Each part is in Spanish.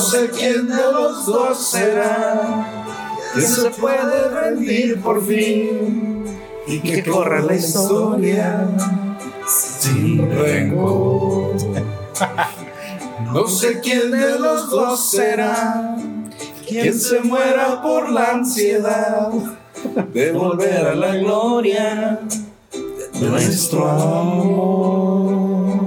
sé quién de los dos será que se puede rendir por fin y que corra la historia sin rencor. No sé quién de los dos será quien se muera por la ansiedad de volver a la gloria de nuestro amor.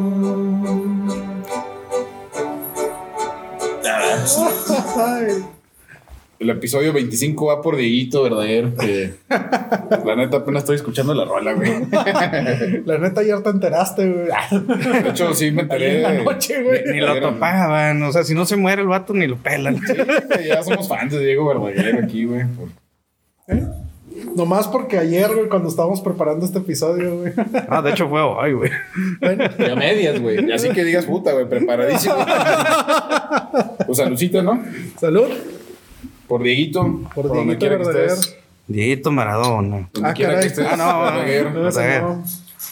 El episodio 25 va por Dieguito Verdadero, que la neta apenas estoy escuchando la rola, güey. La neta ya te enteraste, güey. De hecho, sí me enteré. En la noche, güey. Ni lo topaban, o sea, si no se muere el vato ni lo pelan. Sí, ya somos fans de Diego Verdadero aquí, güey. Nomás porque ayer, güey, cuando estábamos preparando este episodio, güey. Ah, de hecho fue hoy, güey. Bueno. Ya medias, güey. Y así que digas, puta, güey, preparadísimo. Pues saludcita, ¿no? Salud. Por Dieguito. Por donde Dieguito quiera que Verdadero. estés. Dieguito Maradona. Donde quiera caray. que estés. No, Verdadero. No, ese no.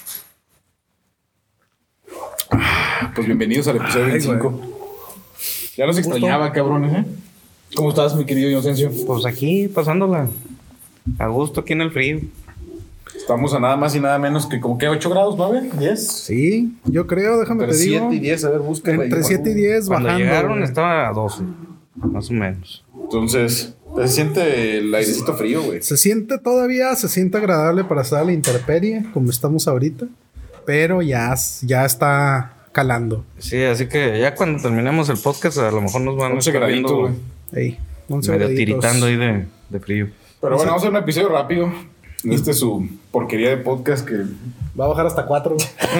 Pues bienvenidos al episodio Ay, 25. Ya los extrañaba, cabrones, ¿eh? ¿Cómo estás, mi querido Inocencio? Pues aquí, pasándola a gusto aquí en el frío. Estamos a nada más y nada menos que como que 8 grados, ¿9? ¿10? Sí, yo creo, déjame Entre te digo. 7 y 10, a ver, búscala. Entre ahí, 7 y 10 Cuando bajando. llegaron güey. estaba a 12, más o menos. Entonces, se siente el airecito frío, güey. Se siente agradable para estar a la intemperie, como estamos ahorita. Pero ya está calando. Sí, así que ya cuando terminemos el podcast a lo mejor nos van a 11 estar graditos, viendo güey. Ey, 11 medio graditos. tiritando ahí de frío. Pero bueno, vamos a hacer un episodio rápido. Este es su porquería de podcast que Va a bajar hasta 4.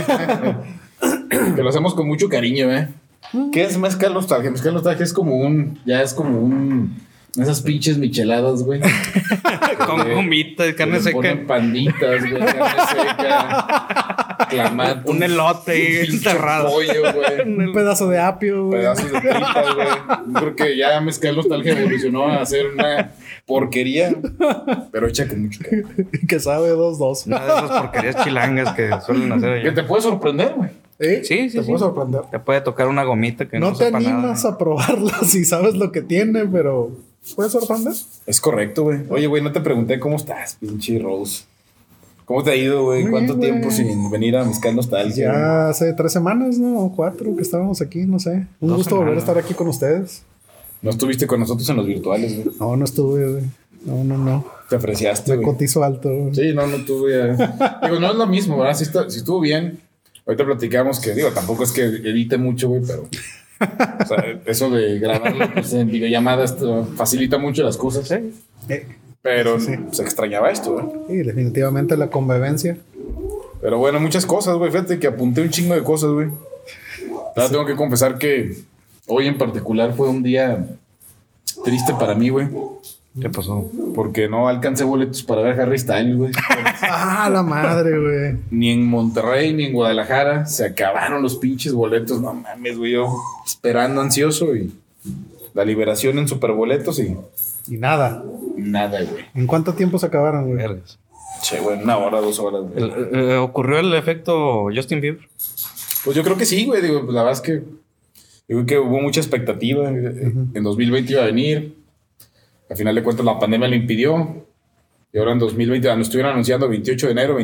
lo hacemos con mucho cariño, ¿eh? ¿Qué es Mezcal Nostalgia? Mezcal Nostalgia es como esas pinches micheladas, güey. Con gomita de carne Le seca. ponen panditas, güey, carne seca, clamato. Un elote ahí pinche enterrado. pollo, güey. Un pedazo de apio, güey. Pedazos de tripas, güey. Yo creo que ya Mezcal Nostalgia evolucionó a hacer una porquería, pero hecha con mucho cariño. Que sabe 2-2. Una de esas porquerías chilangas que suelen hacer Que allá. te puede sorprender, güey. ¿Eh? Sí, sí, Te sí. puedo sorprender. Te puede tocar una gomita que No no te sepa animas nada. a probarla si sabes lo que tiene, pero puede sorprender. Es correcto, güey. Oye, güey, no te pregunté cómo estás, pinche Rose. ¿Cómo te ha ido, güey? Muy ¿Cuánto bien, tiempo güey. sin venir a Mezcal Nostalgia? Ya hace 3 semanas, ¿no? O 4 que estábamos aquí, no sé. Un 2 gusto volver a semanas. estar aquí con ustedes. No estuviste con nosotros en los virtuales, güey. No estuve, güey. No. Te apreciaste, Me güey. cotizo alto, güey. Sí, no tuve. Digo, no es lo mismo, ¿verdad? Sí estuvo bien. Ahorita platicamos que, digo, tampoco es que edite mucho, güey, pero. O sea, eso de grabarlo pues, en videollamadas facilita mucho las cosas. Sí. Pero Sí. se extrañaba esto, güey. Sí, definitivamente la convivencia. Pero bueno, muchas cosas, güey. Fíjate que apunté un chingo de cosas, güey. Ahora tengo que confesar que hoy en particular fue un día triste para mí, güey. ¿Qué pasó? Porque no alcancé boletos para ver Harry Styles, güey. Ah, la madre, güey. Ni en Monterrey ni en Guadalajara se acabaron los pinches boletos. No mames, güey. Yo esperando ansioso y la liberación en superboletos y Y nada. nada, güey. ¿En cuánto tiempo se acabaron, güey? Vergas. Che, güey, 1 hora, 2 horas, güey. ¿Ocurrió el efecto Justin Bieber? Pues yo creo que sí, güey. Digo, pues la verdad es que digo que hubo mucha expectativa. En 2020 iba a venir. Al final de cuentas la pandemia lo impidió. Y ahora en 2020 nos estuvieron anunciando 28 de enero.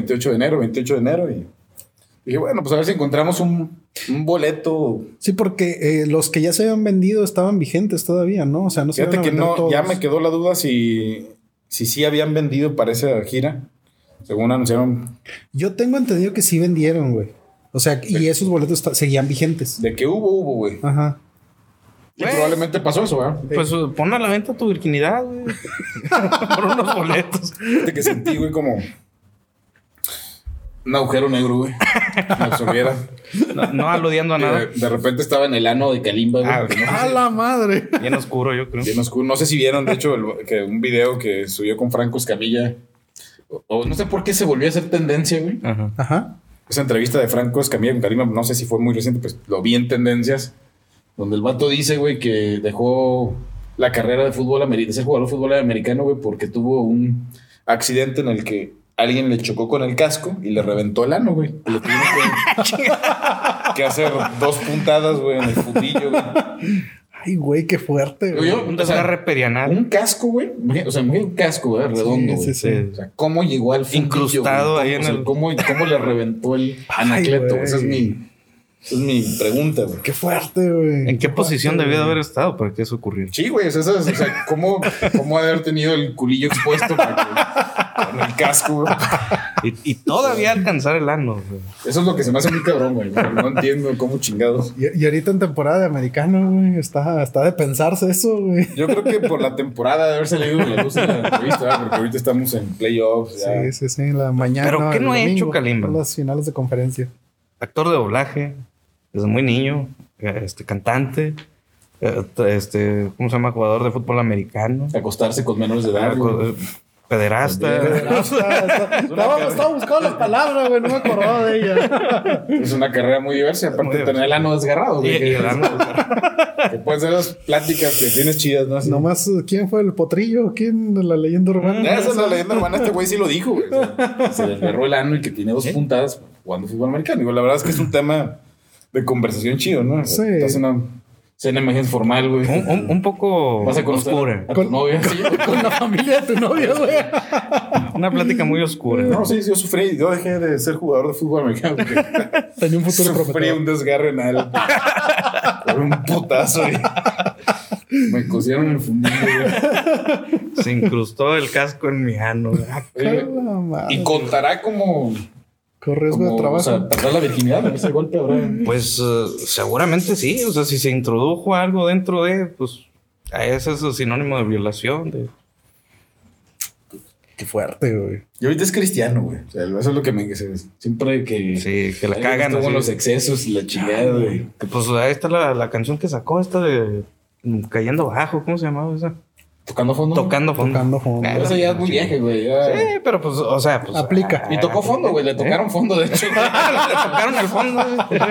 Y dije, bueno, pues a ver si encontramos un boleto. Sí, porque los que ya se habían vendido estaban vigentes todavía, ¿no? O sea, no se Fíjate iban a que vender no, todos. ya me quedó la duda si sí habían vendido para esa gira. Según anunciaron Yo tengo entendido que sí vendieron, güey. O sea, y esos boletos seguían vigentes. de que hubo, güey. Ajá. Y probablemente pasó eso, ¿verdad? Pues pon a la venta tu virginidad, güey. Por unos boletos. De que sentí, güey, como un agujero negro, güey. Me absorbiera. No aludiendo a nada. De repente estaba en el ano de Kalimba, güey. Ah, que no sé ¡A si- la madre! Bien oscuro, yo creo. bien oscuro. No sé si vieron, de hecho, que un video que subió con Franco Escamilla. O no sé por qué se volvió a hacer tendencia, güey. Ajá. Ajá. Esa entrevista de Franco Escamilla con Kalimba, no sé si fue muy reciente, pues lo vi en tendencias. Donde el vato dice, güey, que dejó la carrera de fútbol americano, de ser jugador de fútbol americano, güey, porque tuvo un accidente en el que alguien le chocó con el casco y le reventó el ano, güey. Y le tuvieron que hacer 2 puntadas, güey, en el fundillo, güey. Ay, güey, qué fuerte, güey. Un desgarre perianal. Un casco, güey. O sea, un casco, güey, redondo, güey. Sí. O sea, ¿cómo llegó al fundillo, incrustado güey? ahí en el... ¿Cómo le reventó el anacleto? güey. Esa es mi pregunta, güey. Qué fuerte, güey. ¿En qué posición debió de haber estado para que eso ocurriera? Sí, güey. O sea, ¿cómo haber tenido el culillo expuesto para que, con el casco, güey? Y todavía alcanzar el ano. Güey. Eso es lo que se me hace muy cabrón, güey. No entiendo cómo chingados. Y ahorita en temporada de americano, güey, está de pensarse eso, güey. Yo creo que por la temporada de haber salido la luz en la entrevista, ¿verdad? Porque ahorita estamos en playoffs. Ya. Sí, la mañana. ¿Pero qué el no ha domingo, hecho Kalimba? Las finales de conferencia. Actor de doblaje, desde muy niño, cantante, ¿cómo se llama? Jugador de fútbol americano, Acostarse con menores de edad, güey. pederasta. Estaba buscando la palabra, güey, no me acordaba de ella. Es una carrera muy diversa, aparte Muy de tener el ano desgarrado, güey. Y el ano. Que pueden ser las pláticas que tienes chidas, ¿no? Así. Nomás, ¿quién fue el potrillo? ¿Quién de la leyenda urbana? Esa es la leyenda urbana, este güey sí lo dijo, güey. O sea, se desgarró el ano y que tiene 2 puntadas jugando fútbol americano. Digo, la verdad es que es un tema de conversación chido, ¿no? Sí. Estás en una cena imagen formal, güey. Un poco Vas a conocer oscura. a tu novia. Sí, Con la familia de tu novia, güey. Una plática muy oscura. no, sí, yo sufrí. Yo dejé de ser jugador de fútbol americano porque Tenía un futuro sufrí prometedor. un desgarre anal. Por un putazo, güey. Me cosieron el fundillo, güey. Se incrustó el casco en mi ano. Oye, La madre. y contará como Con riesgo de trabajo. o sea, perder la virginidad en ese golpe, ¿verdad? Pues seguramente sí. O sea, si se introdujo algo dentro de, pues, a ese es el sinónimo de violación. Qué fuerte, güey. Y ahorita es cristiano, güey. O sea, eso es lo que me... Siempre que... Sí, que la cagan Con así. los excesos y la chingada, güey. Que, pues ahí está la canción que sacó, esta de Cayendo Bajo. ¿Cómo se llamaba esa? Tocando fondo. Tocando fondo. Tocando fondo. Eso ya es muy vieja, güey. ya. Sí, pero pues, o sea, pues... Aplica. Y tocó fondo, güey. Le tocaron fondo, de hecho. Le tocaron el fondo.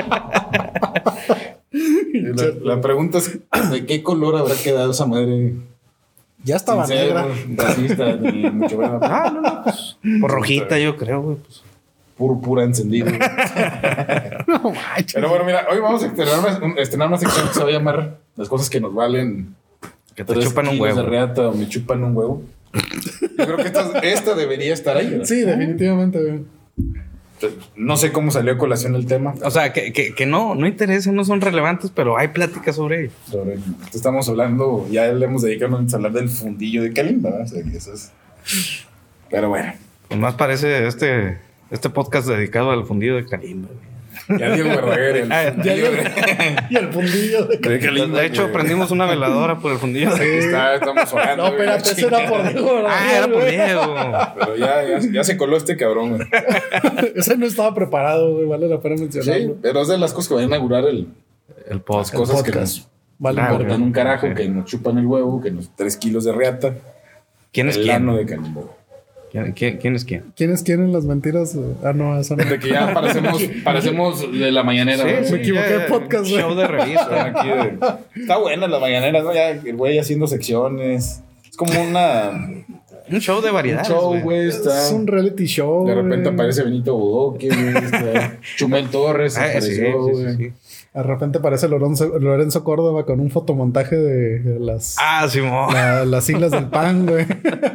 La pregunta es, ¿de qué color habrá quedado esa madre? Ya estaba Sin ser negra. racista, ni mucho menos. No, pues... Por rojita, yo creo, güey. Pues. Púrpura encendido. No manches. Pero bueno, mira, hoy vamos a estrenar una sección que se va a llamar Las cosas que nos valen Que te 3 chupan un kilos huevo. de reata o me chupan un huevo. Yo creo que esta debería estar ahí, ¿verdad? Sí, definitivamente, güey. No sé cómo salió a colación el tema. O sea, que no interesan, no son relevantes, pero hay pláticas sobre ello. Sobre- estamos hablando, ya le hemos dedicado a hablar del fundillo de Kalimba, ¿verdad? O sea, que eso es... Pero bueno, Pues más parece este podcast dedicado al fundido de Kalimba. ya Diego Verdaguer, el Ah, fundillo Y el fundillo de... de Kalimba. De hecho, güey. prendimos una veladora por el fundido. Estamos orando. No, güey, espérate, ese era por Diego, ¿verdad? Ah, era por güey? Diego. Pero ya se coló este cabrón, güey. Ese no estaba preparado, güey. Vale la pena Sí, mencionarlo. pero es de las cosas que van a inaugurar El las podcast. cosas que podcast. nos Vale, Ah, cortan un carajo, ok. que nos chupan el huevo, que nos 3 kilos de reata. ¿Quién es el quién? ano de Kalimba. ¿Quién es quién? ¿Quiénes quieren las mentiras? Ah, no, eso no. De que ya parecemos de la mañanera. ¿no? me equivoqué ya, de podcast, güey. Show de revista. Aquí está buena la mañanera, ¿no? Ya el güey haciendo secciones. Es como Un show de un variedades, show, güey. Es un reality show. De repente güey. aparece Benito Bodoque, güey. Está Chumel Torres Ah, sí, apareció, güey. sí. De repente aparece Lorenzo Córdoba con un fotomontaje de las, Ah, Simón. las siglas del PAN, güey.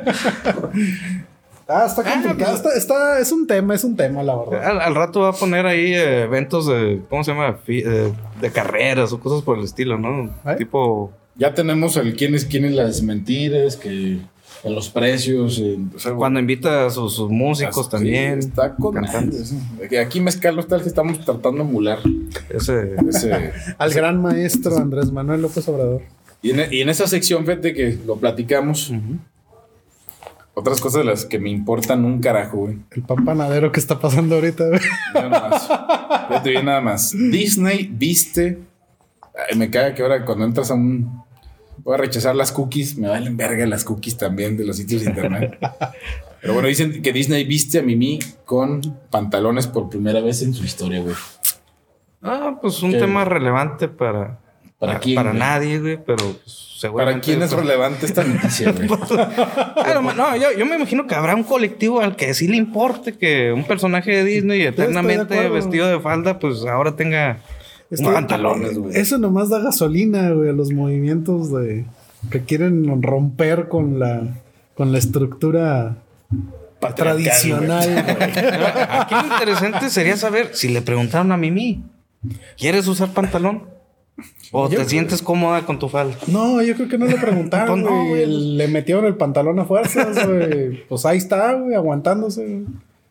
Está complicado. Es un tema, la verdad. Al rato va a poner ahí eventos de, ¿cómo se llama? De carreras o cosas por el estilo, ¿no? ¿Eh? Tipo... Ya tenemos el quién es las mentiras, que en los precios. O sea, Cuando invita a sus músicos sí, también. está con cantantes. que aquí Mezcal no está el que estamos tratando de emular. Ese... Al gran maestro Andrés Manuel López Obrador. Y en esa sección, fíjate que lo platicamos. Otras cosas de las que me importan un carajo, güey. El pan panadero que está pasando ahorita, güey. Nada más. Fíjate bien, nada más. Disney viste. Ay, me caga que ahora cuando entras a un. Voy a rechazar las cookies. Me valen verga las cookies también de los sitios de internet. Pero bueno, dicen que Disney viste a Mimi con pantalones por primera vez en su historia, güey. Ah, pues un ¿Qué? tema relevante para quién, para güey? nadie, güey, pero pues, seguramente... ¿Para quién es relevante esta noticia, güey? No, yo me imagino que habrá un colectivo al que sí le importe que un personaje de Disney eternamente acuerdo. vestido de falda, pues ahora tenga Pantalones, güey. Eso nomás da gasolina, güey, a los movimientos de que quieren romper con la estructura tradicional, güey. Aquí lo interesante sería saber si le preguntaron a Mimi, ¿quieres usar pantalón? ¿O te sientes cómoda con tu falda? No, yo creo que no le preguntaron, Pues no, güey. güey. Le metieron el pantalón a fuerzas, güey. Pues ahí está, güey, aguantándose, güey.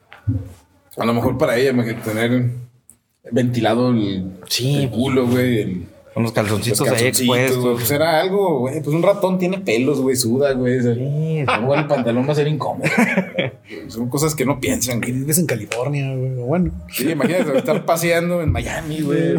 A lo mejor para ella, imagínate tener ventilado el culo, güey. Con los calzoncitos ahí güey. expuestos. Pues era algo, güey. Pues un ratón tiene pelos, güey, suda, güey. Igual el pantalón va a ser incómodo. Son cosas que no piensan, Que güey. vives en California, güey. Bueno. Sí, imagínate estar paseando en Miami, güey.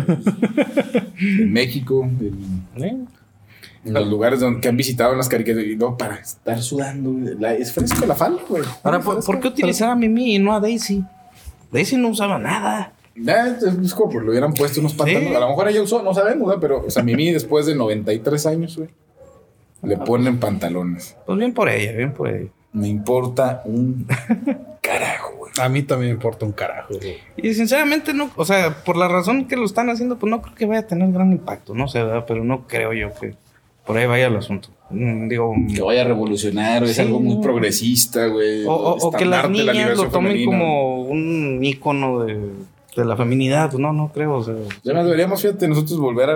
En México, en los lugares que han visitado en las caricaturas. Y no, para estar sudando, güey. Es fresco la falda, güey. Ahora, ¿por qué utilizar a Mimi y no a Daisy? Daisy no usaba nada. Es como por le hubieran puesto unos pantalones. Sí. A lo mejor ella usó, no sabemos, ¿verdad? Pero, o sea, Mimi después de 93 años, güey, le ponen pantalones. Pues bien por ella, bien por ella. Me importa un carajo, güey. A mí también me importa un carajo, güey. Y sinceramente no, o sea, por la razón que lo están haciendo, pues no creo que vaya a tener gran impacto, no sé, ¿verdad? Pero no creo yo que por ahí vaya el asunto. Digo, Que vaya a revolucionar, es Sí, algo muy no. progresista, güey. o que las Estandarte de la niñas lo liberación tomen femenina. como un ícono de la feminidad, pues no creo, o sea. Ya nos deberíamos, fíjate, nosotros volver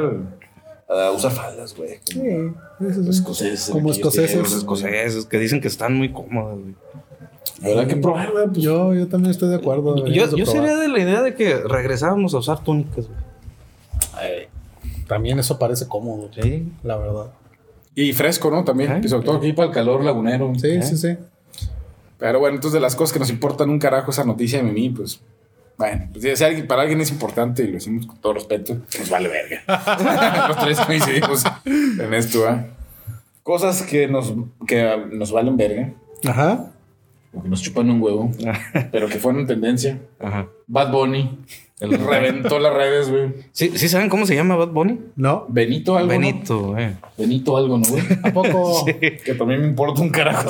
a usar faldas, güey. Sí, eso Los sí. escoceses. Como aquellos escoceses. tiempos, Los güey. escoceses que dicen que están muy cómodos, güey. Habrá que probar, güey. Pues Yo también estoy de acuerdo. Yo deberíamos de probar. sería de la idea de que regresábamos a usar túnicas, güey. ay. También eso parece cómodo, Sí. la verdad. Y fresco, ¿no? También. Y sobre todo aquí para el calor lagunero. Sí, sí, sí. Pero bueno, entonces de las cosas que nos importan un carajo esa noticia de Mimi, pues. Bueno, pues si para alguien es importante y lo decimos con todo respeto, nos vale verga. Los tres coincidimos en esto, ¿ah? Cosas que nos valen verga, Ajá. o que nos chupan un huevo, pero que fueron tendencia. Ajá. Bad Bunny reventó las redes, güey. ¿Sí saben cómo se llama Bad Bunny? ¿No? Benito algo, Benito, ¿no? güey. Benito algo, ¿no, güey? ¿A poco? Que también me importa un carajo.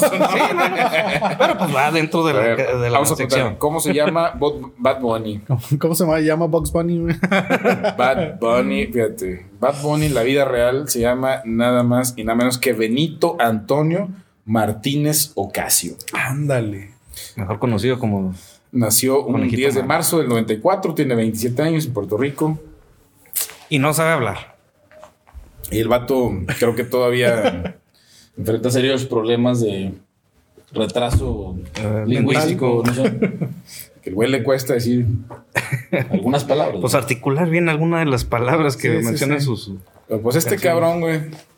Pero pues va dentro de A ver, la vamos a sección. contar. ¿Cómo se llama Bad Bunny? ¿Cómo se llama Bugs Bunny, güey? Bad Bunny, fíjate. Bad Bunny, la vida real, se llama nada más y nada menos que Benito Antonio Martínez Ocasio. Ándale. Mejor conocido como... Nació un Conejito 10 de malo. marzo del 94, tiene 27 años en Puerto Rico. Y no sabe hablar. Y el vato creo que todavía enfrenta serios problemas de retraso lingüístico, no sé. Que el güey le cuesta decir algunas palabras. Pues articular bien alguna de las palabras que Sí, sí, mencionan sí. sus... Pero pues este cabrón, güey,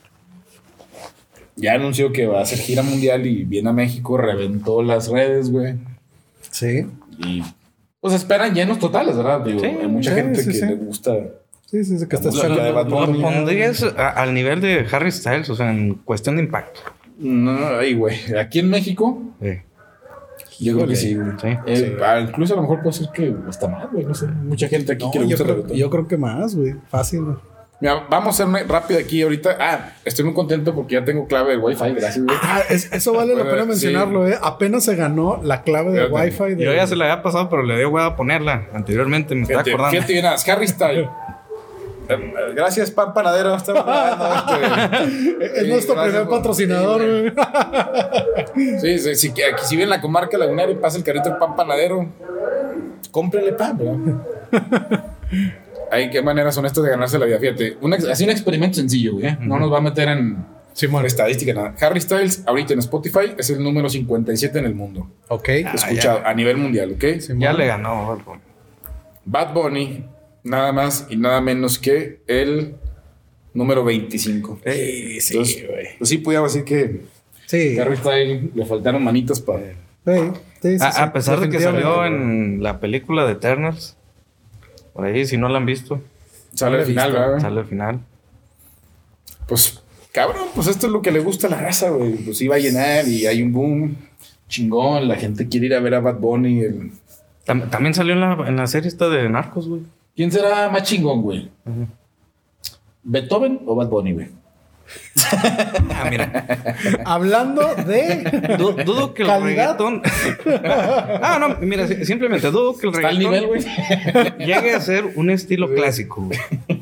ya anunció que va a hacer gira mundial y viene a México, reventó las redes, güey. Sí. Y pues esperan llenos totales, ¿verdad? Digo, Sí, hay mucha sí, gente sí, que sí. le gusta. Sí, sí, sí, que está La música de esperando. Bad Bunny. Lo pondrías al nivel de Harry Styles, o sea, en cuestión de impacto. No, ahí, güey. Aquí en México, yo creo que sí, güey. Sí, Incluso a lo mejor puede ser que hasta más, güey. No sé. Mucha gente aquí No, que le gusta el reggaetón. yo creo que más, güey. Fácil, güey. Mira, vamos a hacerme rápido aquí ahorita. Estoy muy contento porque ya tengo clave del Wi-Fi, gracias, güey. Eso vale la pena Sí. mencionarlo, ¿eh? Apenas se ganó la clave de Fíjate. Wi-Fi. Yo ya se la había pasado, pero le dio huevo a ponerla anteriormente, me estaba Fíjate, acordando. fíjate bien, Harry Style. Gracias, Pan Panadero. Es nuestro primer patrocinador, güey. Sí, sí, que aquí si viene la comarca lagunera y pasa el carrito del Pan Panadero, cómprele pan, ¿verdad? Hay qué maneras son estas de ganarse la vida. Fíjate, así un experimento sencillo, güey. No nos va a meter en estadística, nada. Harry Styles, ahorita en Spotify, es el número 57 en el mundo. Ok. Escuchado a nivel mundial, ¿ok? Ya le ganó. Bad Bunny. Bad Bunny, nada más y nada menos que el número 25. Sí, Entonces, güey. pues sí, podíamos decir que Sí. Harry Styles le faltaron manitas para. Sí, A pesar de que salió definitivamente. en la película de Eternals, por ahí, si no la han visto, Sale al final, ¿verdad? sale al final. Pues, cabrón, pues esto es lo que le gusta a la raza, güey. Pues iba a llenar y hay un boom chingón. La gente quiere ir a ver a Bad Bunny. También salió en la serie esta de Narcos, güey. ¿Quién será más chingón, güey? ¿Beethoven o Bad Bunny, güey? Mira. Hablando de Dudo que el calidad. reggaetón. No, mira, simplemente dudo que el Está al reggaetón nivel, güey. llegue a ser un estilo clásico, güey.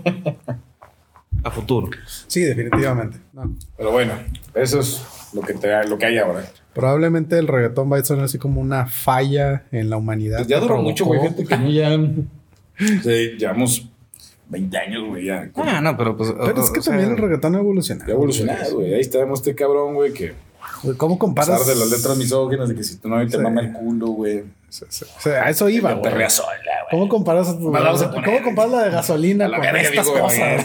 A futuro. Sí, definitivamente. No. Pero bueno, eso es lo que hay ahora. Probablemente el reggaetón va a ser así como una falla en la humanidad. Pues ya que duró mucho, güey. provocó. Gente que no ya. Sí, llevamos 20 años, güey, ya. No, pero pues. Pero es que también el reggaetón ha evolucionado. Ya evolucionado, güey. Ahí estábamos este cabrón, güey, que... ¿Cómo A comparas? pesar de las letras misóginas, de que si tu novio te Sí. mama el culo, güey. O sea, a eso iba, La güey. perrea sola, güey. ¿Cómo comparas, vamos a poner- ¿Cómo comparas la de gasolina A la con verga, estas digo, cosas?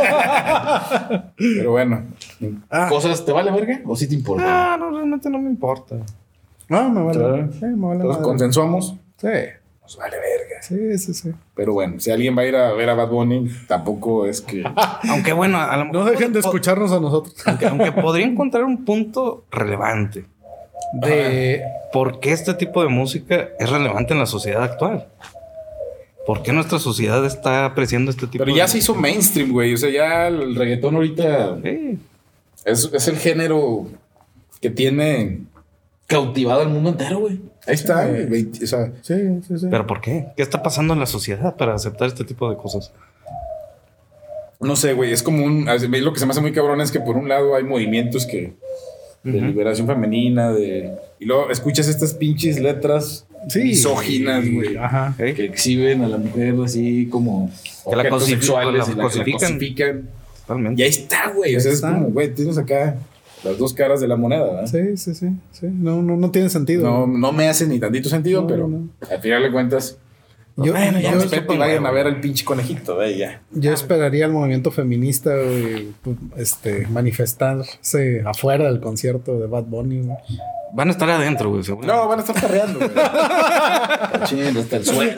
Pero bueno. Ah. ¿Cosas te vale verga o sí te importa? No, realmente no me importa. No, me vale. Claro. Sí, me vale. Todos madre. consensuamos. Sí. Nos vale verga. Sí. Pero bueno, si alguien va a ir a ver a Bad Bunny, tampoco es que... Aunque bueno, a lo mejor. No dejen de escucharnos a nosotros. Aunque podría encontrar un punto relevante de por qué este tipo de música es relevante en la sociedad actual. ¿Por qué nuestra sociedad está apreciando este tipo Pero de ya se hizo mainstream, güey. O sea, ya el reggaetón ahorita Sí. es el género que tiene cautivado al mundo entero, güey. Ahí está, güey. O sea, Sí. ¿Pero por qué? ¿Qué está pasando en la sociedad para aceptar este tipo de cosas? no sé, güey. Es como un... Lo que se me hace muy cabrón es que por un lado hay movimientos que... De liberación femenina, y luego escuchas estas pinches letras misóginas, güey. Ajá. ¿Eh? Que exhiben a la mujer así como Que la objetos sexuales la y la cosifican. Totalmente. Y ahí está, güey. O sea, es Está. como, güey, tienes acá las dos caras de la moneda, ¿verdad? Sí. No tiene sentido. No me hace ni tantito sentido, No, pero no. al final de cuentas, Yo, bueno, ya yo- respeto y vayan a ver al pinche conejito, ya. yo esperaría el movimiento feminista, güey, manifestarse afuera del concierto de Bad Bunny, güey. Van a estar adentro, güey, seguro. No, van a estar tarreando, güey. Cochino, hasta el suelo.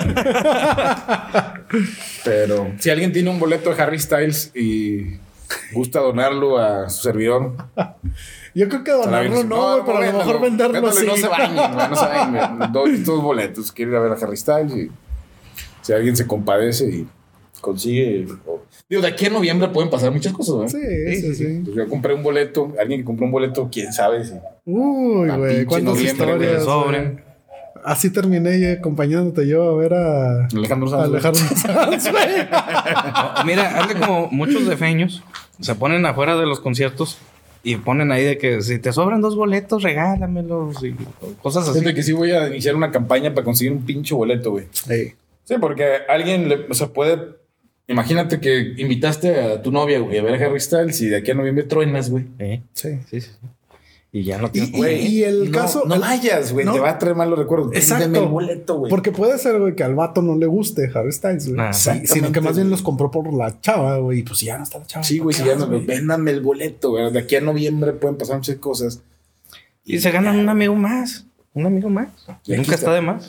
Pero si alguien tiene un boleto de Harry Styles y gusta donarlo a su servidor, Yo creo que donarlo no, güey, pero a lo mejor venderlo véndalo y sí. no se bañen, güey, no se bañen, güey. Doy estos boletos. Quiero ir a ver a Harry Styles y si alguien se compadece y consigue... Digo, de aquí a noviembre pueden pasar muchas cosas, ¿no? Sí. Pues yo compré un boleto, alguien que compró un boleto, quién sabe si... Uy, La güey, pinche cuántas noviembre, güey, historias. sobren. güey. Así terminé acompañándote yo a ver a Alejandro Sanz. Alejandro Sanz, güey. Mira, hazle como muchos defeños se ponen afuera de los conciertos y ponen ahí de que si te sobran 2 boletos, regálamelos y cosas así. Siento que sí voy a iniciar una campaña para conseguir un pinche boleto, güey. Ey. Sí, porque alguien, o sea, puede... Imagínate que invitaste a tu novia, güey, a ver a Harry Styles y de aquí a noviembre truenas, güey. Sí. Sí. Y ya no tienes... Y el caso... No vayas, güey, no. te va a traer malos recuerdos. Exacto. Véndeme el boleto, güey. Porque puede ser, güey, que al vato no le guste Harry Styles, güey. Ah, Sí, sino que exactamente, más bien güey. los compró por la chava, güey. Y pues ya no está la chava. Sí, güey, si ya no... Véndame el boleto, güey. De aquí a noviembre pueden pasar muchas cosas. Y se ganan un amigo más. Un amigo más. Y aquí Nunca está. está de más.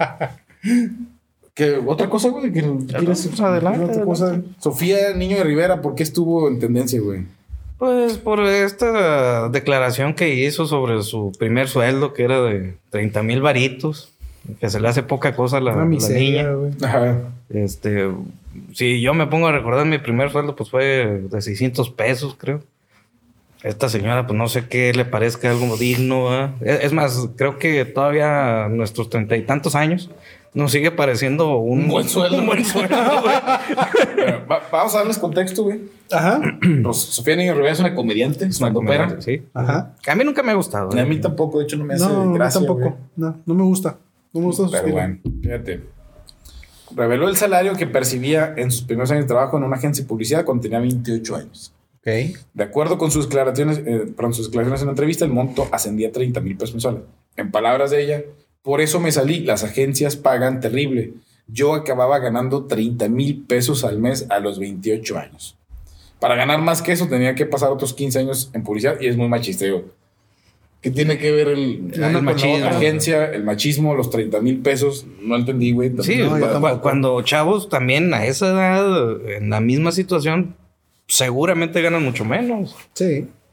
¿Qué? ¿Otra cosa, güey? ¿Que quieres? pues, adelante, ¿Otra cosa? Sofía Niño de Rivera, ¿por qué estuvo en tendencia, güey? Pues por esta declaración que hizo sobre su primer sueldo, que era de 30,000 varitos, que se le hace poca cosa a la Una miseria, niña. güey. Ajá. Si yo me pongo a recordar mi primer sueldo, pues fue de 600 pesos, creo. Esta señora, pues no sé qué le parezca algo digno, ¿verdad? Es más, creo que todavía a nuestros 30 y tantos años nos sigue pareciendo un buen sueldo. Un buen sueldo, güey. Pero vamos a darles contexto, güey. Ajá. Sofía Niño de Rivera es una comediante, es una Comediante, copera. sí. Ajá. A mí nunca me ha gustado. A mí tampoco, de hecho, no me hace No, gracia, a mí tampoco. güey. No me gusta. No me gusta su Pero estilo. bueno, fíjate. Reveló el salario que percibía en sus primeros años de trabajo en una agencia de publicidad cuando tenía 28 años. Ok. De acuerdo con sus declaraciones, en una entrevista, el monto ascendía a 30,000 pesos mensuales. En palabras de ella, por eso me salí, las agencias pagan terrible. Yo acababa ganando 30,000 pesos al mes a los 28 años. Para ganar más que eso tenía que pasar otros 15 años en publicidad y es muy machista. Digo, ¿qué tiene que ver el machismo? la agencia, el machismo, los 30,000 pesos? No entendí, güey. Sí, No, yo tampoco. cuando chavos también a esa edad, en la misma situación, seguramente ganan mucho menos. Sí.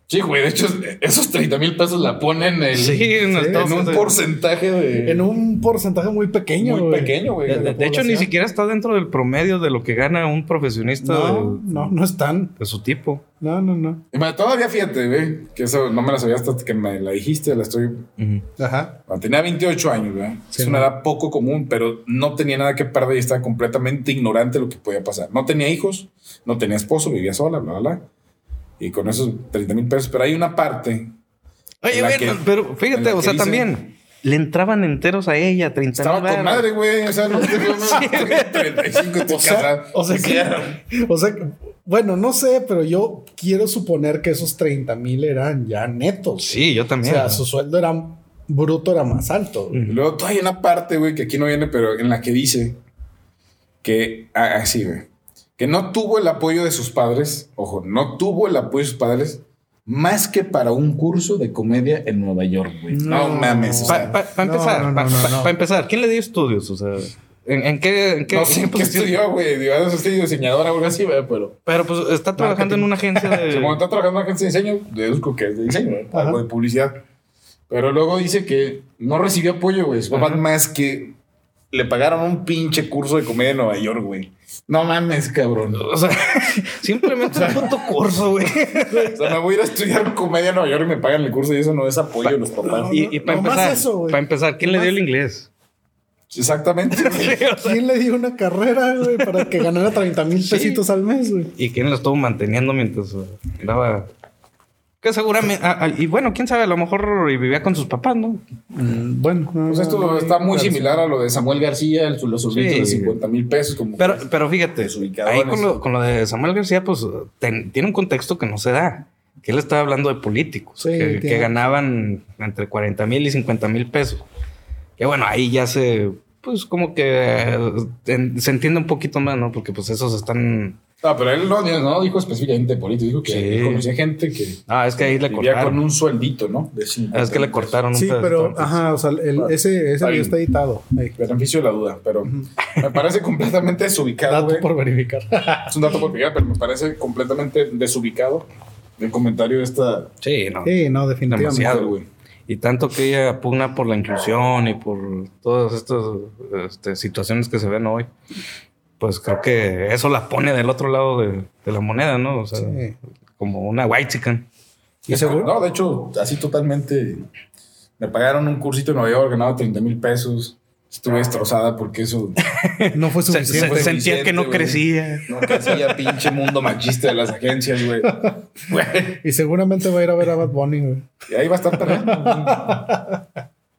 Sí, güey. De hecho, esos 30,000 pesos la ponen en un porcentaje de... En un porcentaje muy pequeño, muy pequeño, güey. De hecho, ni siquiera está dentro del promedio de lo que gana un profesionista no están. De su tipo. No. Todavía fíjate, güey, que eso no me la sabía hasta que me la dijiste, la estoy... Ajá. Tenía 28 años, güey. Sí, es una edad poco común, pero no tenía nada que perder y estaba completamente ignorante de lo que podía pasar. No tenía hijos, no tenía esposo, vivía sola, bla, bla, bla. Y con esos 30,000 pesos, pero hay una parte... Oye, güey, pero fíjate, o sea, también... Le entraban enteros a ella, 30,000. Estaba con madre, güey. O sea, no tengo 35 te casas. O sea, bueno, no sé, pero yo quiero suponer que esos 30,000 eran ya netos. Sí, yo también. O sea, su sueldo era bruto, era más alto. Y luego hay una parte, güey, que aquí no viene, pero en la que dice que así, güey, que no tuvo el apoyo de sus padres. Ojo, no tuvo el apoyo de sus padres. Más que para un curso de comedia en Nueva York, güey. No mames. Para empezar, ¿quién le dio estudios? O sea, ¿en qué? No sé qué estudió, güey. Digo, estudio diseñador o algo así, güey, pero pues está trabajando en una agencia de... Como está trabajando en una agencia de diseño, deduzco que es de diseño, ¿no? Algo de publicidad. Pero luego dice que no recibió apoyo, güey. Su papá más que le pagaron un pinche curso de comedia en Nueva York, güey. No mames, cabrón. O sea, simplemente un puto curso, güey. O sea, me voy a ir a estudiar comedia en Nueva York y me pagan el curso y eso no es apoyo de los papás. Y para empezar, ¿quién le dio el inglés? Exactamente. ¿Quién le dio una carrera, güey, para que ganara 30,000 pesitos al mes, güey? ¿Y quién lo estuvo manteniendo mientras daba... Que seguramente... y bueno, quién sabe, a lo mejor vivía con sus papás, ¿no? Bueno. Pues esto está muy similar a lo de Samuel García, los sueldos de 50,000 pesos. Como pero fíjate, ahí con lo de Samuel García, pues tiene un contexto que no se da. Que él estaba hablando de políticos que ganaban entre 40,000 y 50,000 pesos. Que bueno, ahí ya pues como que se entiende un poquito más, ¿no? Porque pues esos están... pero él no dijo específicamente político, dijo que conocía gente que... es que ahí le cortaron. con un sueldito, ¿no? Es que le cortaron un pedacito. Pero, o sea, ese video está editado. Beneficio de la duda, pero me parece completamente desubicado, dato por verificar. Es un dato por verificar, pero me parece completamente desubicado el comentario de esta... Sí, no, definitivamente. Demasiado, güey. Y tanto que ella pugna por la inclusión y por todas estas situaciones que se ven hoy, pues creo que eso la pone del otro lado de la moneda, ¿no? O sea, como una white chicken. ¿Y seguro? No, de hecho, así totalmente. Me pagaron un cursito en Nueva York, ganaba 30,000 pesos. Estuve destrozada porque eso... No fue suficiente. Sentía que no crecía. No crecía, pinche mundo machista de las agencias, güey. Y seguramente va a ir a ver a Bad Bunny, güey. Y ahí va a estar perdiendo.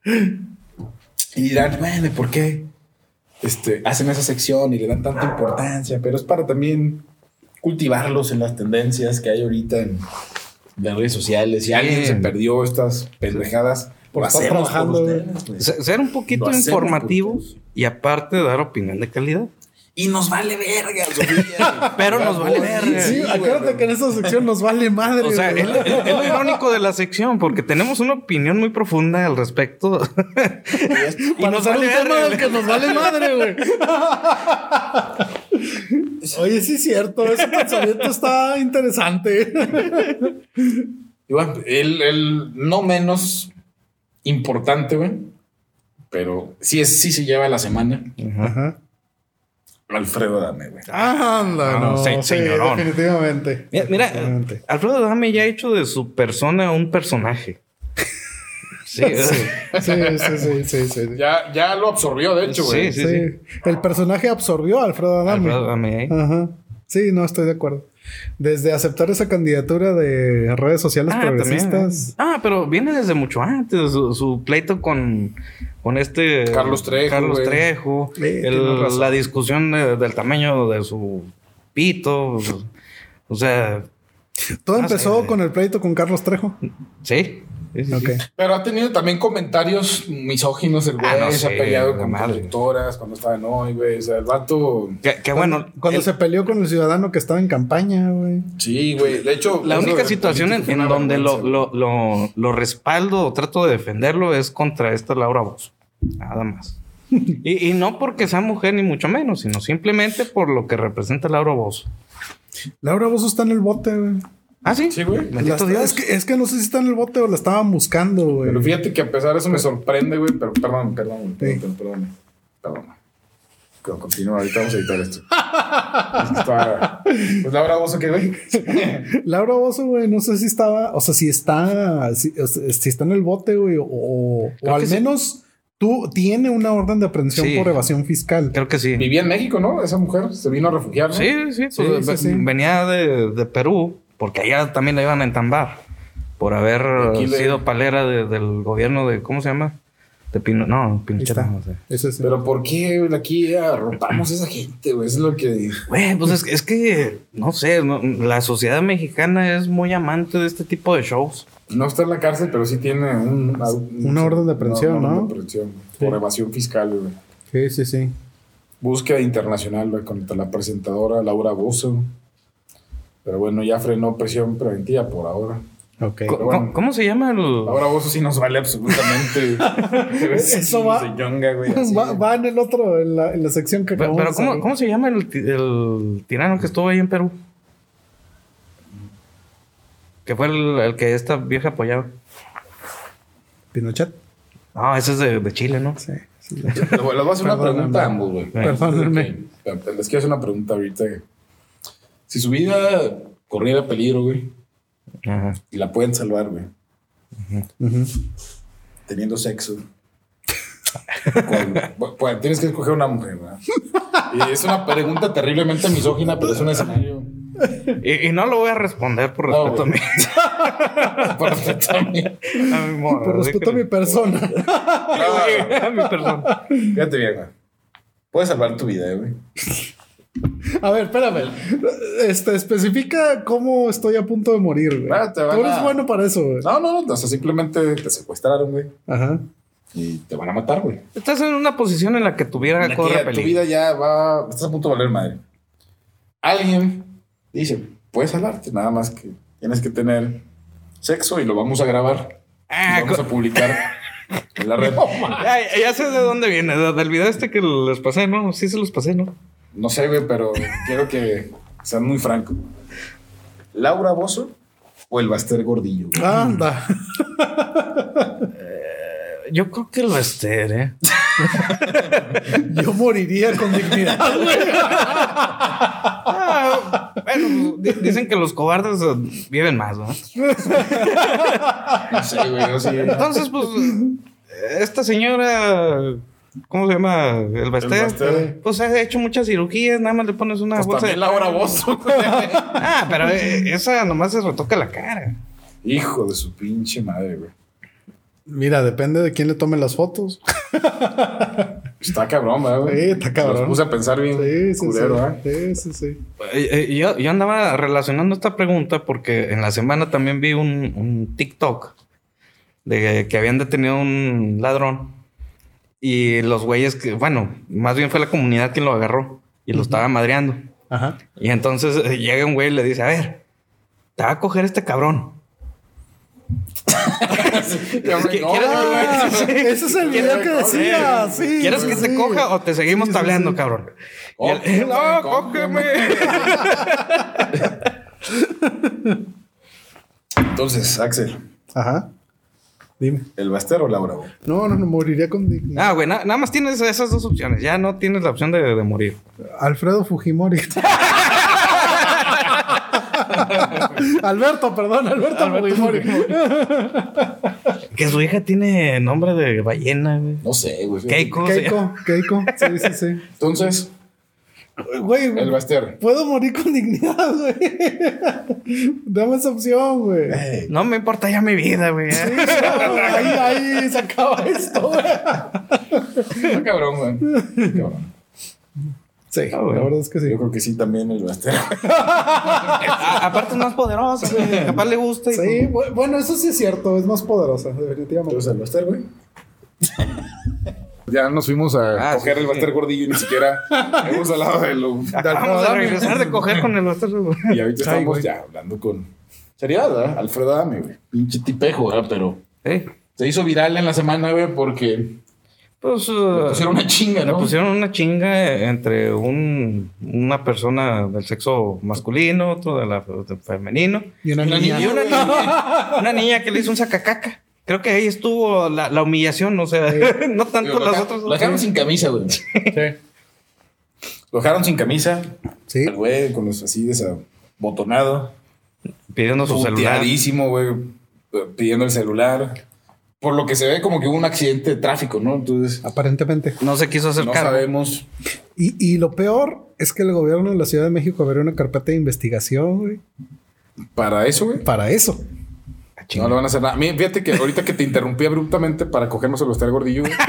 Y dirán, bueno, ¿por qué hacen esa sección y le dan tanta importancia? Pero es para también cultivarlos en las tendencias que hay ahorita en las redes sociales. Si alguien se perdió estas pendejadas... Por estar trabajando, ser un poquito informativo y aparte dar opinión de calidad. Y nos vale verga, Sofía. Pero nos vale verga. Sí, acuérdate que en esta sección nos vale madre. O sea, es lo irónico de la sección, porque tenemos una opinión muy profunda al respecto. Y nos vale verga. Que nos vale madre, güey. Oye, sí es cierto. Ese pensamiento está interesante. Y bueno, el no menos importante, güey, pero sí se lleva la semana. Ajá. Alfredo Adame, güey. Anda, señorón. Definitivamente. Mira, Alfredo Adame ya ha hecho de su persona un personaje. Sí. Ya lo absorbió, de hecho, güey. Sí. El personaje absorbió a Alfredo Adame. Ajá. Sí, no, estoy de acuerdo. Desde aceptar esa candidatura de redes sociales progresistas. También. Pero viene desde mucho antes. Su pleito con Carlos Trejo. La discusión del tamaño de su pito. O sea... Todo empezó con el pleito con Carlos Trejo. Sí. Okay. Pero ha tenido también comentarios misóginos el güey. Se ha peleado con productoras cuando estaba en hoy, güey. O sea, el vato... Cuando se peleó con el ciudadano que estaba en campaña, güey. Sí, güey. De hecho... La única situación en donde lo respaldo o trato de defenderlo es contra esta Laura Bozzo. Nada más. y no porque sea mujer ni mucho menos, sino simplemente por lo que representa Laura Bozzo. Laura Bozzo está en el bote, güey. Ah, sí. Sí, güey. Bendito Dios. Es que no sé si está en el bote o la estaban buscando, güey. Pero fíjate que a pesar de eso me sorprende, güey. Pero perdón. Continúa, ahorita vamos a editar esto. Pues Laura Bozzo, ¿qué, güey? Laura Bozzo, güey, no sé si estaba, o sea, si está en el bote, güey, o al menos tiene una orden de aprehensión por evasión fiscal. Creo que sí. Vivía en México, ¿no? Esa mujer se vino a refugiar, ¿no? Sí. Venía de Perú, porque allá también la iban a entambar por haber sido palera del gobierno de, ¿cómo se llama? De Pinochet. No sé. Ese sí. Pero ¿por qué, güey, aquí arropamos a esa gente, güey? Eso es lo que... Güey, pues es que, no sé, la sociedad mexicana es muy amante de este tipo de shows. No está en la cárcel, pero sí tiene una orden de aprehensión, ¿no? Una orden de aprehensión por evasión fiscal, güey. Sí. Búsqueda internacional, güey, contra la presentadora Laura Bozzo. Pero bueno, ya frenó prisión preventiva por ahora. Ok. ¿Cómo se llama el...? Laura Bozzo sí nos vale absolutamente. Eso va. Güey, va en el otro, en la sección que acabamos. Pero ¿cómo se llama el tirano que estuvo ahí en Perú? Que fue el que esta vieja apoyaba. ¿Pinochet? No, ese es de Chile, ¿no? Sí. Les voy a hacer una pregunta a ambos, güey. Perdónenme. Les quiero hacer una pregunta ahorita. Si su vida corriera peligro, güey, Ajá. y la pueden salvar, güey, Uh-huh. teniendo sexo, pues tienes que escoger una mujer, güey. Y es una pregunta terriblemente misógina, pero es un escenario. Y no lo voy a responder por respeto a mí. Por respeto a mí. A mi modo, Por respeto a mi persona. A mi persona. Fíjate bien, güey. Puedes salvar tu vida, güey. A ver, espérame. Especifica cómo estoy a punto de morir, güey. Tú eres bueno para eso, güey. No. O sea, simplemente te secuestraron, güey. Ajá. Y te van a matar, güey. Estás en una posición en la que tu vida corre peligro. Tu vida ya va... Estás a punto de valer madre. Alguien dice, puedes salvarte, nada más que tienes que tener sexo y lo vamos a grabar. Y vamos a publicar en la red. Ya sé de dónde viene. Del video que les pasé, ¿no? Sí se los pasé, ¿no? No sé, güey, pero quiero que sean muy francos. ¿Laura Bozzo o el Baster Gordillo? Güey? Anda. Yo creo que el Baster, ¿eh? Yo moriría con dignidad, güey. Bueno, dicen que los cobardes viven más, ¿no? No sé, güey, no sé. Entonces, pues, esta señora, ¿cómo se llama? El Baster. Pues ha hecho muchas cirugías, nada más le pones una bolsa de Laura Bozzo. pero esa nomás se retoca la cara. Hijo de su pinche madre, güey. Mira, depende de quién le tome las fotos. Está cabrón, ¿verdad, güey? Sí, está cabrón. Los puse a pensar bien culero, ¿eh? Sí. Yo andaba relacionando esta pregunta porque en la semana también vi un TikTok de que habían detenido a un ladrón y los güeyes que, bueno, más bien fue la comunidad quien lo agarró y lo estaba madreando. Ajá. Y entonces llega un güey y le dice, a ver, te va a coger este cabrón. Ese es el video que decía. Sí, ¿Quieres que te coja o te seguimos tableando, cabrón? No, cógeme. Entonces, Axel. Ajá. Dime. ¿El Baster o Laura? Güey? No, moriría con dignidad. Güey, nada más tienes esas dos opciones. Ya no tienes la opción de morir. Alfredo Fujimori. Alberto Fujimori. Que su hija tiene nombre de ballena, güey. No sé, güey. Keiko. Sí. Entonces, güey, el Baster. puedo morir con dignidad, güey. Dame esa opción, güey. No me importa ya mi vida, güey. Sí, ahí se acaba esto, güey. Está cabrón, güey. Cabrón. Sí, la verdad es que sí. Yo creo que sí, también el Baster. Aparte es más poderoso, güey. Capaz le gusta. Sí, bueno, eso sí es cierto. Es más poderosa, definitivamente. Entonces, el Baster, güey. Ya nos fuimos a coger el Baster Gordillo y ni siquiera hemos hablado de lo... Vamos a regresar de coger con el Baster, güey. Y ahorita estamos ya hablando con... Seriedad, ¿verdad? Alfredo Adame, güey. Pinche tipejo, ¿verdad? Pero... se hizo viral en la semana, güey, porque... Pues le pusieron una chinga, ¿no? Le pusieron una chinga entre una persona del sexo masculino, otro del femenino. Y una niña. Una niña que le hizo un sacacaca. Creo que ahí estuvo la humillación, o sea, no tanto las otras. Lo dejaron sin camisa, güey. Sí. Lo dejaron sin camisa. Sí. El güey con los así desabotonado. Pidiendo su celular. Güey. Pidiendo el celular. Por lo que se ve como que hubo un accidente de tráfico, ¿no? Entonces... Aparentemente. No se quiso hacer cargo. No sabemos. Y lo peor es que el gobierno de la Ciudad de México abrió una carpeta de investigación, güey. ¿Para eso, güey? Para eso. No le van a hacer nada. Fíjate que ahorita que te interrumpí abruptamente para cogernos el hostel gordillo, güey.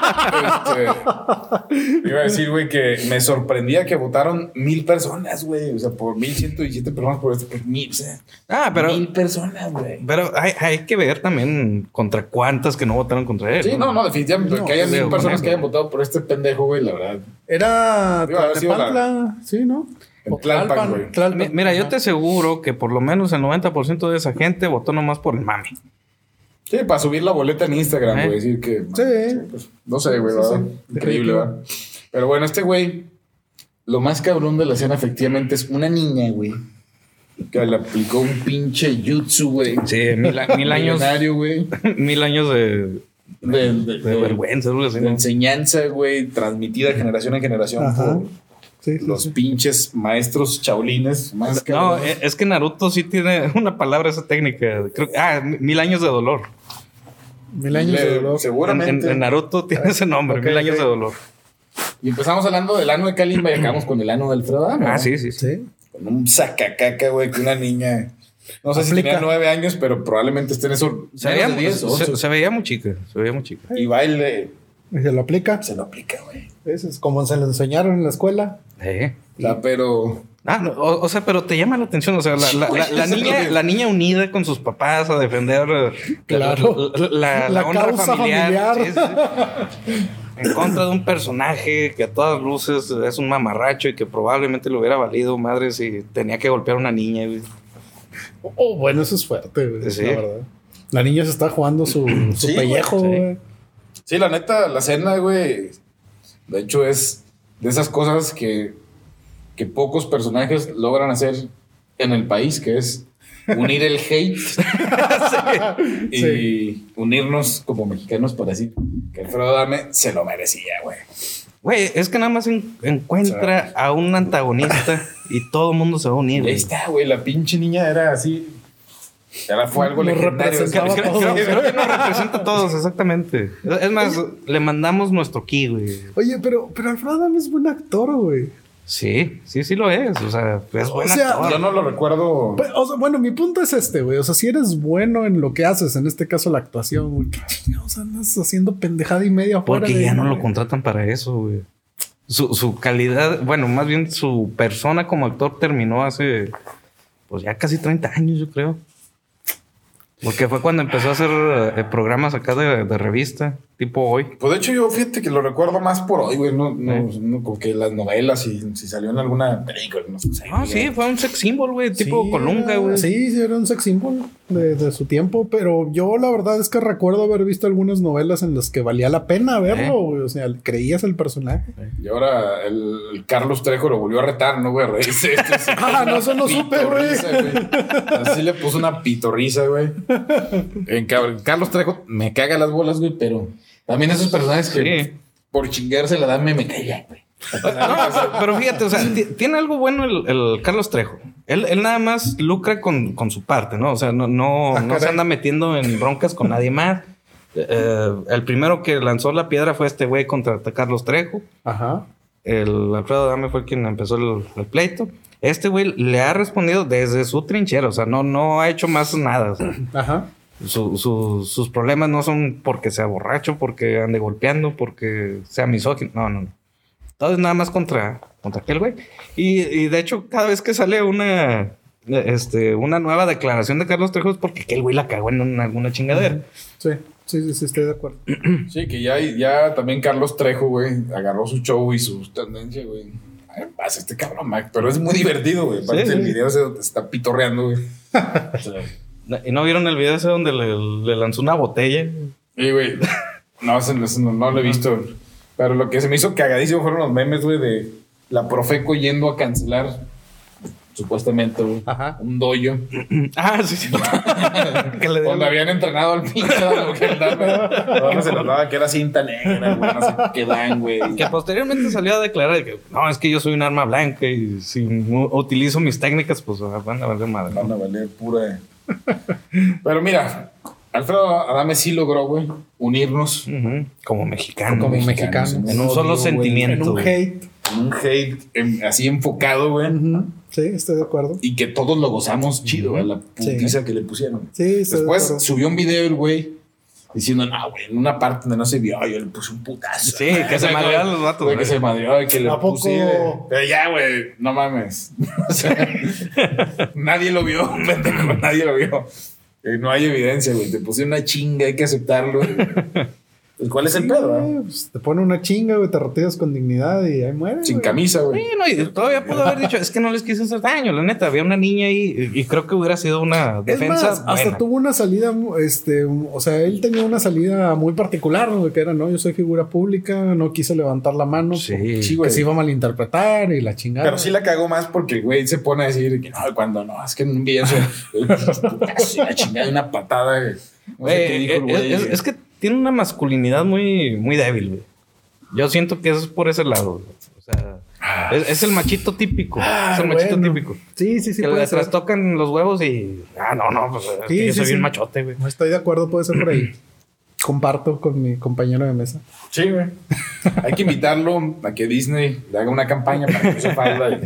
Iba a decir, güey, que me sorprendía que votaron 1,000 personas, güey. O sea, por 1,117 personas por por 1,000. O sea, pero 1,000 personas, güey. Pero hay que ver también contra cuántas que no votaron contra él. Sí, no, definitivamente. No, que haya 1,000 personas ejemplo. que hayan votado por este pendejo, güey, la verdad. Era Iba a haber sido Tlalnepantla, sí, ¿no? En Tlalpan, güey. Tlalpan. Mira, yo te aseguro que por lo menos el 90% de esa gente votó nomás por el mame. Sí, para subir la boleta en Instagram, güey. Decir que... Sí. Pues, no sé, güey, ¿verdad? Sí. Increíble, ¿verdad? Pero bueno, este güey... Lo más cabrón de la escena efectivamente es una niña, güey. Que le aplicó un pinche jutsu, güey. Sí, mil años. Güey. 1000 años de vergüenza, algo así, de ¿no? enseñanza, güey. Transmitida de generación en generación Ajá. por Sí, los pinches maestros chaolines. Más No, cabrones. es que Naruto sí tiene una palabra, esa técnica. Creo, 1000 años de dolor. 1000 años de dolor. Seguramente. En Naruto tiene ese nombre, Ok, 1000 años ok. de dolor. Y empezamos hablando del ano de Kalimba y acabamos con el ano de Alfredo Adame, ¿no? Sí. Sí. Con un sacacaca, güey, que una niña... No sé si Aplica. tenía 9 años, pero probablemente esté en eso. Se Se veía muy chica, se veía muy chica. y baile. Y se lo aplica. Se lo aplica, güey. Eso es como se lo enseñaron en la escuela. O sea, pero... No, o sea, pero te llama la atención, o sea, la niña unida con sus papás a defender Claro. la honra causa familiar. Sí. En contra de un personaje que a todas luces es un mamarracho y que probablemente le hubiera valido madre si tenía que golpear a una niña, güey. Oh, bueno, eso es fuerte, güey. Sí. La verdad. La niña se está jugando su Sí, pellejo, güey, sí. güey. Sí, la neta, la cena, güey, de hecho es de esas cosas que pocos personajes logran hacer en el país, que es unir el hate y unirnos como mexicanos para decir que Alfredo Adame se lo merecía, güey. Güey, es que nada más encuentra a un antagonista y todo el mundo se va a unir, Y ahí güey. está, güey, la pinche niña era así. Fue algo Nos legendario. representaba Creo, a todos. creo que nos representa a todos, exactamente. Es más, le mandamos nuestro ki, güey. Oye, pero Alfredo Adame es buen actor, güey. Sí lo es. O sea, es buen sea, actor. Yo no lo recuerdo. O sea, bueno, mi punto es este, güey. O sea, si eres bueno en lo que haces, en este caso la actuación, güey, ¿qué chingados andas haciendo pendejada y media afuera? Porque de- ya no lo contratan para eso, güey. Su calidad, bueno, más bien su persona como actor terminó hace, pues ya casi 30 años, yo creo. Porque fue cuando empezó a hacer programas acá de revista, tipo Hoy. Pues de hecho yo fíjate que lo recuerdo más por hoy, güey. No como que las novelas y si salió en alguna película, no sé. Ah, sí, fue un sex symbol, güey, tipo Sí, Colunga, güey. Sí, era un sex symbol de su tiempo, pero yo la verdad es que recuerdo haber visto algunas novelas en las que valía la pena verlo, güey. O sea, creías el personaje. Y ahora el Carlos Trejo lo volvió a retar, ¿no, güey? Reírse. No, eso no supe, güey. Así le puso una pitorrisa, güey. Carlos Trejo me caga las bolas, güey, pero también esos personajes que Sí. por chingarse la dan me callan, güey. Pero fíjate, o sea, tiene algo bueno el Carlos Trejo. Él nada más lucra con su parte, ¿no? O sea, no se caray. anda metiendo en broncas con nadie más. El primero que lanzó la piedra fue este güey contra Carlos Trejo. Ajá. El Alfredo Adame fue quien empezó el pleito. Este güey le ha respondido desde su trinchera, o sea, no ha hecho más nada. O sea, Ajá. sus problemas no son porque sea borracho, porque ande golpeando, porque sea misógino. No. Todo es nada más contra aquel güey. Y de hecho, cada vez que sale una nueva declaración de Carlos Trejo es porque aquel güey la cagó en alguna chingadera. Sí, estoy de acuerdo. Sí, que ya también Carlos Trejo, güey, agarró su show y su tendencia, güey. Ay, pasa este cabrón, Mac. Pero es muy divertido, güey. Aparte Sí. el video ese donde está pitorreando, güey. O sea, ¿Y no vieron el video ese donde le lanzó una botella? y, güey, No, no lo he visto. Pero lo que se me hizo cagadísimo fueron los memes, güey, de la Profeco yendo a cancelar, supuestamente, güey, un dojo. Sí. Donde habían entrenado al pinche donde se notaba que era cinta negra, güey, no sé qué dan, güey. Que posteriormente salió a declarar que no, es que yo soy un arma blanca y si utilizo mis técnicas, pues van a valer madre. Van a valer pura. Pero mira, Alfredo Adame sí logró, güey, unirnos. Como mexicanos. Como mexicanos. En un solo sentimiento. En un hate. Así enfocado, güey. Sí, estoy de acuerdo. Y que todos lo gozamos chido, güey, la putiza que le pusieron. Sí, después subió un video el güey diciendo, no, güey, en una parte donde no se vio, yo le puse un putazo. Sí, que se madrearon los vatos. Güey, que se madreó y que le puse. Poco... Pero ya, güey, no mames. O sea, nadie lo vio, pendejo, nadie lo vio. No hay evidencia, güey. Te puse una chinga, hay que aceptarlo. ¿Cuál es el pedo? Pues te pone una chinga, güey, te retiras con dignidad y ahí muere. Sin camisa, güey. No, y todavía pudo haber dicho, es que no les quise hacer daño, la neta. Había una niña ahí y creo que hubiera sido una defensa. Es más, hasta tuvo una salida, o sea, él tenía una salida muy particular, güey, que era, no, yo soy figura pública, no quise levantar la mano. Sí, que se iba a malinterpretar y la chingada. Pero sí la cagó más porque el güey se pone a decir que no, cuando no, es que en un video la chingada de una patada. No sé qué dijo el güey. Es que tiene una masculinidad muy, muy débil, güey. Yo siento que eso es por ese lado, güey. O sea, es el machito típico. Es el machito típico. Sí. Que le trastocan los huevos y... no, pues sí, yo soy bien machote, güey. Estoy de acuerdo, puede ser por ahí. Comparto con mi compañero de mesa. Sí, güey. Hay que invitarlo a que Disney le haga una campaña para que use falda y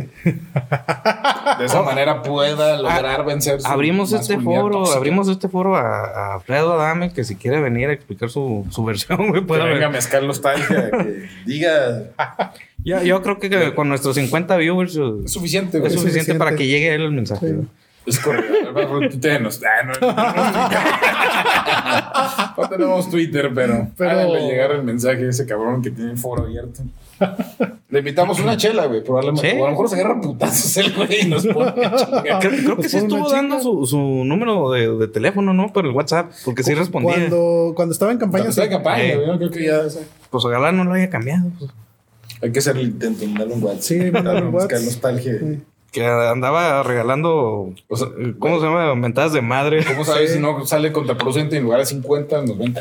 de esa manera pueda lograr vencer su abrimos este foro a Alfredo Adame, que si quiere venir a explicar su versión, güey, puede venga a mezclar nostalgia, que diga. Yo creo que con nuestros 50 viewers es suficiente, güey. Es suficiente para que llegue él el mensaje. Sí. Es correcto. No tenemos Twitter, pero háganle llegar el mensaje a ese cabrón que tiene el foro abierto. Le invitamos una chela, güey. Probablemente. ¿Sí? O a lo mejor se agarra putazos el güey y nos pone creo que sí estuvo dando su número de teléfono, ¿no? Por el WhatsApp, porque sí respondía. Cuando estaba en campaña. Estaba en campaña, güey. Creo que ya. Pues ojalá no lo haya cambiado. Pues. Hay que hacerle intento, mandarle un WhatsApp. Sí, mandarle un WhatsApp. Nostalgia. Sí. Que andaba regalando, ¿cómo se llama? Mentadas de madre. ¿Cómo sabes si no sale contraproducente en lugar de 50 nos ven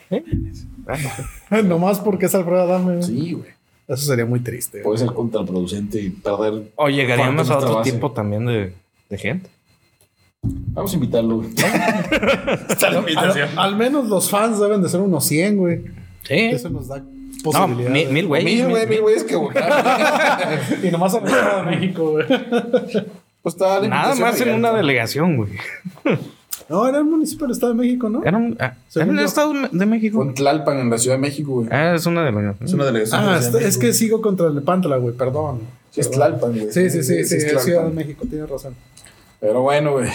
30? Nomás porque es Alfredo Adame. Sí, güey. Eso sería muy triste. Puede ser contraproducente y perder. O llegaríamos a otro tipo también de gente. Vamos a invitarlo, güey. Está la invitación. Al menos los fans deben de ser unos 100, güey. Sí. Eso nos da posibilidad. No, mil güeyes. Mil güeyes que votaron. Y nomás en el Estado de México, güey. Pues estaba nada más en una delegación, güey. No, era un municipio del Estado de México, ¿no? Era el Estado de México. Con Tlalpan, en la Ciudad de México, güey. Es una delegación. Es una delegación. Es que sigo contra el Nepantla, güey, perdón. Sí, es Tlalpan, güey. Sí, es Ciudad de México, tienes razón. Pero bueno, güey.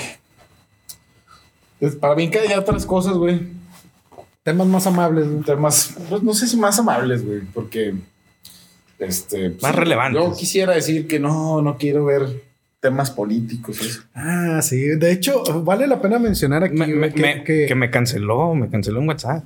Para mí que hay otras cosas, güey. Temas más amables, güey. Temas, pues, no sé si más amables, güey, porque más relevantes. Yo quisiera decir que no quiero ver temas políticos. Eso. Sí. De hecho, vale la pena mencionar aquí que me canceló en WhatsApp.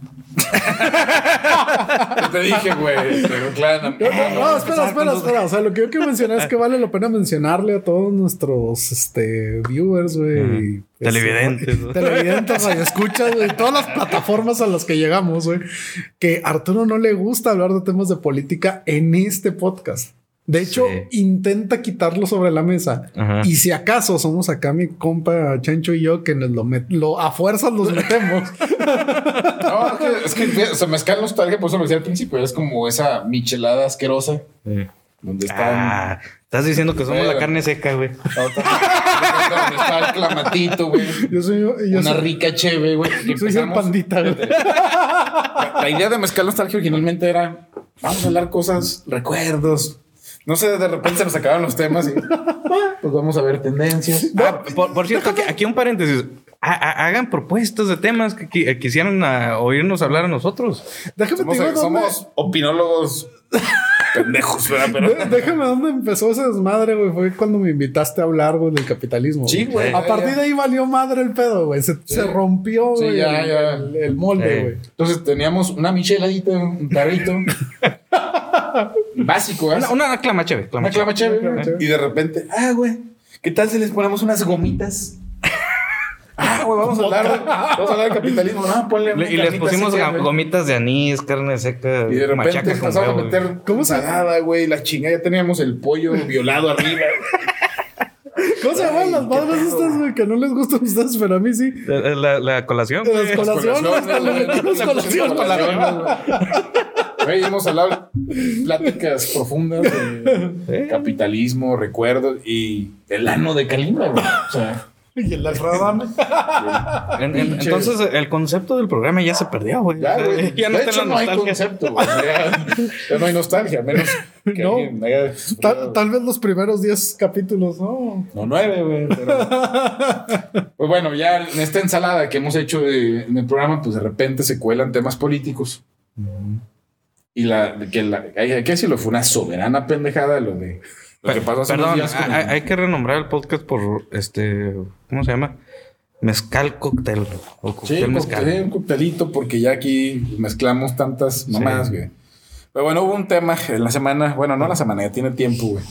Te dije, güey. Pero claro. No, espera. O sea, lo que yo quiero mencionar es que vale la pena mencionarle a todos nuestros viewers, güey. Televidentes, ¿no? Televidentes, radioescuchas, güey. Todas las plataformas a las que llegamos, güey. Que a Arturo no le gusta hablar de temas de política en este podcast. De hecho, intenta quitarlo sobre la mesa. Ajá. Y si acaso somos acá mi compa Chancho y yo que nos a fuerzas los metemos. No, es que se me escala nostalgia, por eso lo decía al principio. Es como esa michelada asquerosa. Donde están... estás diciendo que somos la carne seca, güey. Donde está el clamatito, güey. Yo soy una rica cheve, güey. Yo soy el pandita, güey. La idea de mezcal nostalgia originalmente era... Vamos a hablar cosas, recuerdos... No sé, de repente se nos acabaron los temas y pues vamos a ver tendencias. Por cierto, aquí un paréntesis. Hagan propuestas de temas que quisieran oírnos hablar a nosotros. Déjame te digo somos opinólogos pendejos, ¿verdad? Pero... Déjame dónde empezó ese desmadre, güey. Fue cuando me invitaste a hablar, güey, del capitalismo. Sí, güey. A partir de ahí valió madre el pedo, güey. Se rompió, güey, ya. el molde, güey. Entonces teníamos una micheladita, un tarrito. Básico, ¿eh? Una clama chévere. Una clama chévere. Y de repente, güey, ¿qué tal si les ponemos unas gomitas? Güey, vamos a hablar del capitalismo, ¿no? Ponle y les pusimos gomitas de anís, carne seca. Y de repente empezamos a meter ensalada, güey, la chingada. Ya teníamos el pollo violado arriba. ¿Cómo se llaman las madres estas, güey? Que no les gustan a ustedes, pero a mí sí. La colación. Las colaciones. Güey, hemos hablado pláticas profundas de capitalismo, recuerdos y el ano de Kalimba, güey. O sea... Y el Alfredame. Entonces el concepto del programa ya se perdió, güey. Ya, güey. Ya de hecho, no hay concepto, güey. Ya no hay nostalgia, menos que no. haya... Tal vez los primeros 10 capítulos, ¿no? No, 9, güey. Pero... Pues bueno, ya en esta ensalada que hemos hecho en el programa, pues de repente se cuelan temas políticos. Y hay que decirlo, fue una soberana pendejada lo de... Lo que pasó hace unos días con... hay que renombrar el podcast por ¿cómo se llama? Mezcal cóctel. O cóctel mezcal. Un coctelito, porque ya aquí mezclamos tantas mamás, güey. Pero bueno, hubo un tema en la semana, bueno, no la semana, ya tiene tiempo, güey.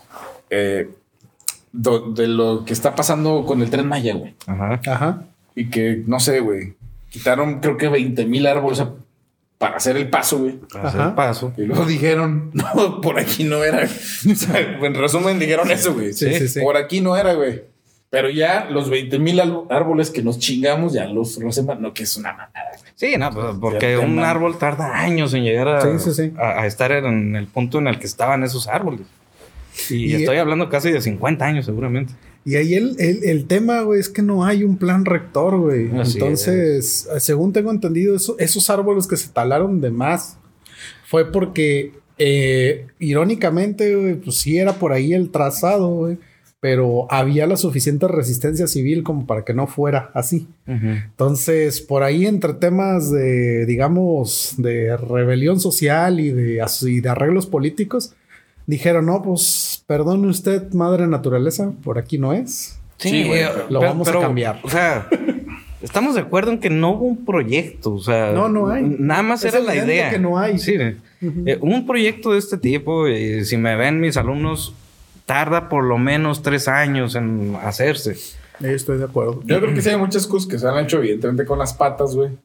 De lo que está pasando con el Tren Maya, güey. Ajá. Y que, no sé, güey, quitaron creo que 20,000 árboles para hacer el paso, güey. Para hacer el paso. Y luego dijeron, no, por aquí no era. O sea, en resumen, dijeron eso, güey. Sí. Por aquí no era, güey. Pero ya los 20,000 árboles que nos chingamos, ya los no, que es una mamada, güey. Sí, no, pues porque un árbol tarda años en llegar a estar en el punto en el que estaban esos árboles. Y estoy hablando casi de 50 años, seguramente. Y ahí el tema, güey, es que no hay un plan rector, güey. Entonces, según tengo entendido, esos árboles que se talaron de más fue porque, irónicamente, güey, pues sí era por ahí el trazado, güey, pero había la suficiente resistencia civil como para que no fuera así. Entonces, por ahí entre temas de, digamos, de rebelión social y de arreglos políticos, dijeron, no, pues, perdone usted, madre naturaleza, por aquí no es. Sí, güey. Lo vamos a cambiar. O sea, estamos de acuerdo en que no hubo un proyecto. O sea, no hay. Nada más era la idea. Que no hay. Sí. Un proyecto de este tipo, si me ven mis alumnos, tarda por lo menos 3 años en hacerse. Estoy de acuerdo. Yo creo que sí hay muchas cosas que se han hecho evidentemente con las patas, güey.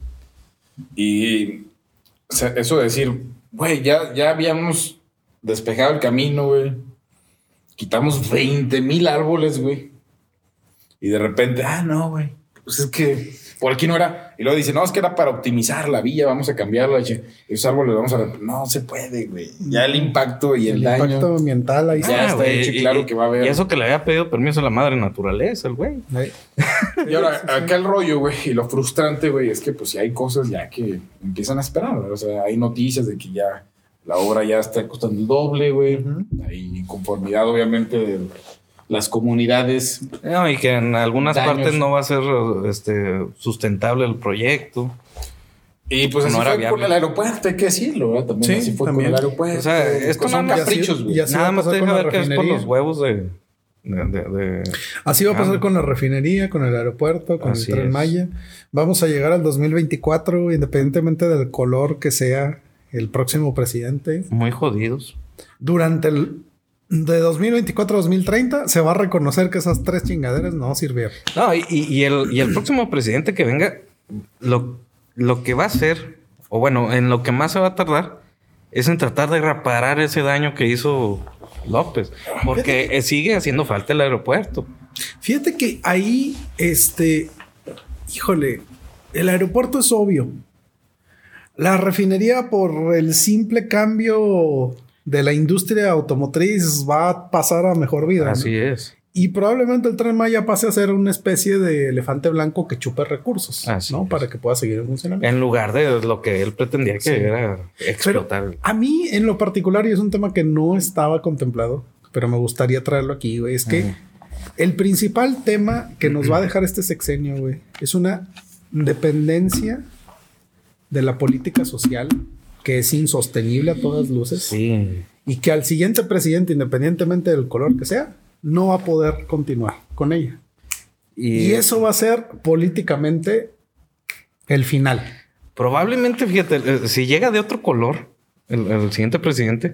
Y o sea, eso de decir, güey, ya habíamos despejado el camino, güey. Quitamos 20,000 árboles, güey. Y de repente, no, güey. Pues es que por aquí no era. Y luego dice, no, es que era para optimizar la vía, vamos a cambiarla. Esos árboles vamos a... No se puede, güey. Ya el impacto y el daño. El impacto ambiental ahí ya está hecho, claro que va a haber. Y eso que le había pedido permiso a la madre naturaleza, el güey. Y ahora, acá el rollo, güey, y lo frustrante, güey, es que pues si hay cosas ya que empiezan a esperar, ¿verdad? O sea, hay noticias de que ya la obra ya está costando el doble, güey. Hay conformidad, obviamente, de las comunidades. No, y que en algunas partes no va a ser sustentable el proyecto. Y pues así fue con el aeropuerto, hay que decirlo, ¿verdad? También así fue con el aeropuerto. O sea, esto son caprichos, güey. Nada más te deja ver que es por los huevos de... Así va a pasar con la refinería, con el aeropuerto, con el Tren Maya. Vamos a llegar al 2024, independientemente del color que sea el próximo presidente. Muy jodidos. Durante de 2024 a 2030 se va a reconocer que esas 3 chingaderas no sirvieron. No, y el próximo presidente que venga, lo que va a hacer, o bueno, en lo que más se va a tardar, es en tratar de reparar ese daño que hizo López. Porque sigue haciendo falta el aeropuerto. Fíjate que ahí, híjole, el aeropuerto es obvio. La refinería, por el simple cambio de la industria automotriz, va a pasar a mejor vida. Así es. Y probablemente el Tren Maya pase a ser una especie de elefante blanco que chupe recursos, ¿no? Para que pueda seguir funcionando. En lugar de lo que él pretendía que era explotar. Pero a mí, en lo particular, y es un tema que no estaba contemplado, pero me gustaría traerlo aquí, güey, es que el principal tema que nos va a dejar este sexenio, güey, es una dependencia de la política social que es insostenible a todas luces. Sí. y que al siguiente presidente, independientemente del color que sea, no va a poder continuar con ella. Y eso va a ser políticamente el final. Probablemente, fíjate, si llega de otro color el siguiente presidente,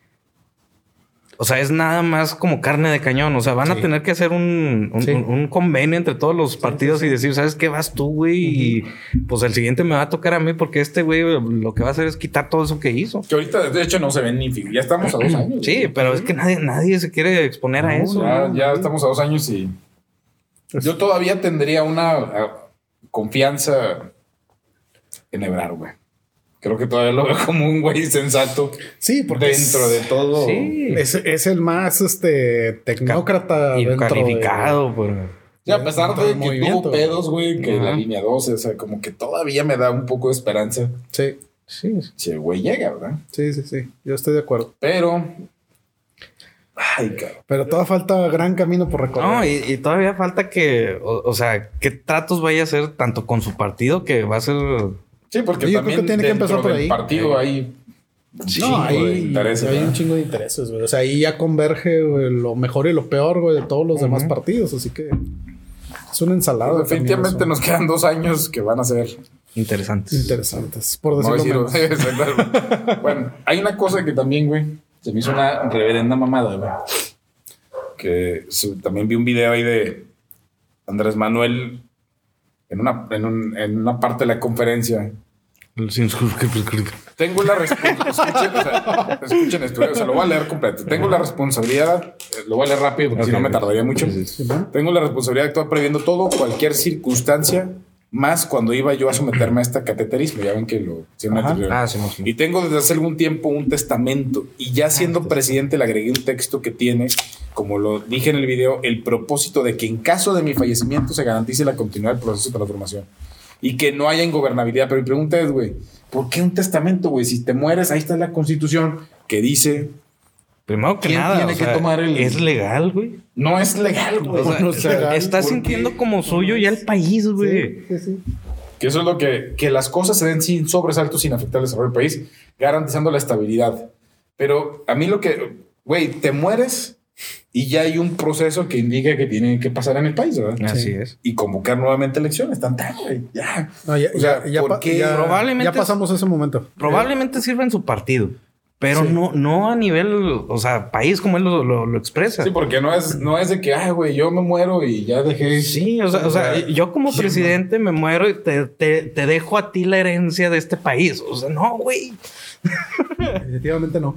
o sea, es nada más como carne de cañón. O sea, van a tener que hacer un convenio entre todos los partidos y decir, ¿sabes qué? Vas tú, güey. Y pues el siguiente me va a tocar a mí porque este güey lo que va a hacer es quitar todo eso que hizo. Que ahorita, de hecho, no se ven ni figuras. Ya estamos a 2 años. Sí, pero es que nadie se quiere exponer a eso. Ya estamos a 2 años y yo todavía tendría una confianza en Ebrard, güey. Creo que todavía lo veo como un güey sensato. Sí, porque dentro de todo. Sí. Es el más tecnócrata y dentro calificado. Sí, a pesar de que tuvo pedos, güey, que la línea 12, o sea, como que todavía me da un poco de esperanza. Sí. Si el güey llega, ¿verdad? Sí. Yo estoy de acuerdo. Pero. Ay, cabrón. Pero todavía falta gran camino por recorrer. No, y todavía falta que, o sea, qué tratos vaya a hacer tanto con su partido que va a ser. Sí, porque yo también creo que tiene que empezar por ahí. Partido hay un chingo de intereses, güey. O sea, ahí ya converge, güey, lo mejor y lo peor, güey, de todos los demás partidos. Así que es una ensalada. Pues definitivamente nos quedan 2 años que van a ser interesantes, por decirlo menos. Bueno, hay una cosa que también, güey, se me hizo una reverenda mamada, güey. Que también vi un video ahí de Andrés Manuel en una parte de la conferencia. Tengo la responsabilidad. Escuchen esto, o sea, lo voy a leer completo. Tengo la responsabilidad, lo voy a leer rápido porque si no me tardaría mucho. Tengo la responsabilidad de actuar previendo todo, cualquier circunstancia, más cuando iba yo a someterme a este cateterismo. Ya ven que lo hicieron anterior. Y tengo desde hace algún tiempo un testamento. Y ya siendo presidente le agregué un texto que tiene, como lo dije en el video, el propósito de que en caso de mi fallecimiento se garantice la continuidad del proceso de transformación y que no haya ingobernabilidad. Pero mi pregunta es, güey, ¿por qué un testamento, güey? Si te mueres, ahí está la Constitución que dice... Primero que nada, tiene que tomar ¿es legal, güey? No es legal, güey. O sea, está sintiendo como suyo ya el país, güey. Sí. Que eso es lo que las cosas se den sin sobresaltos, sin afectar el desarrollo del país, garantizando la estabilidad. Pero a mí lo que, güey, te mueres y ya hay un proceso que indica que tiene que pasar en el país, ¿verdad? Así es. Y convocar nuevamente elecciones, güey. Ya. No, ya pasamos ese momento. Probablemente sirva en su partido. Pero no a nivel, o sea, país como él lo expresa. Sí, porque no es de que, güey, yo me muero y ya dejé. Sí, o sea, yo como presidente me muero y te dejo a ti la herencia de este país. O sea, no, güey. Definitivamente no.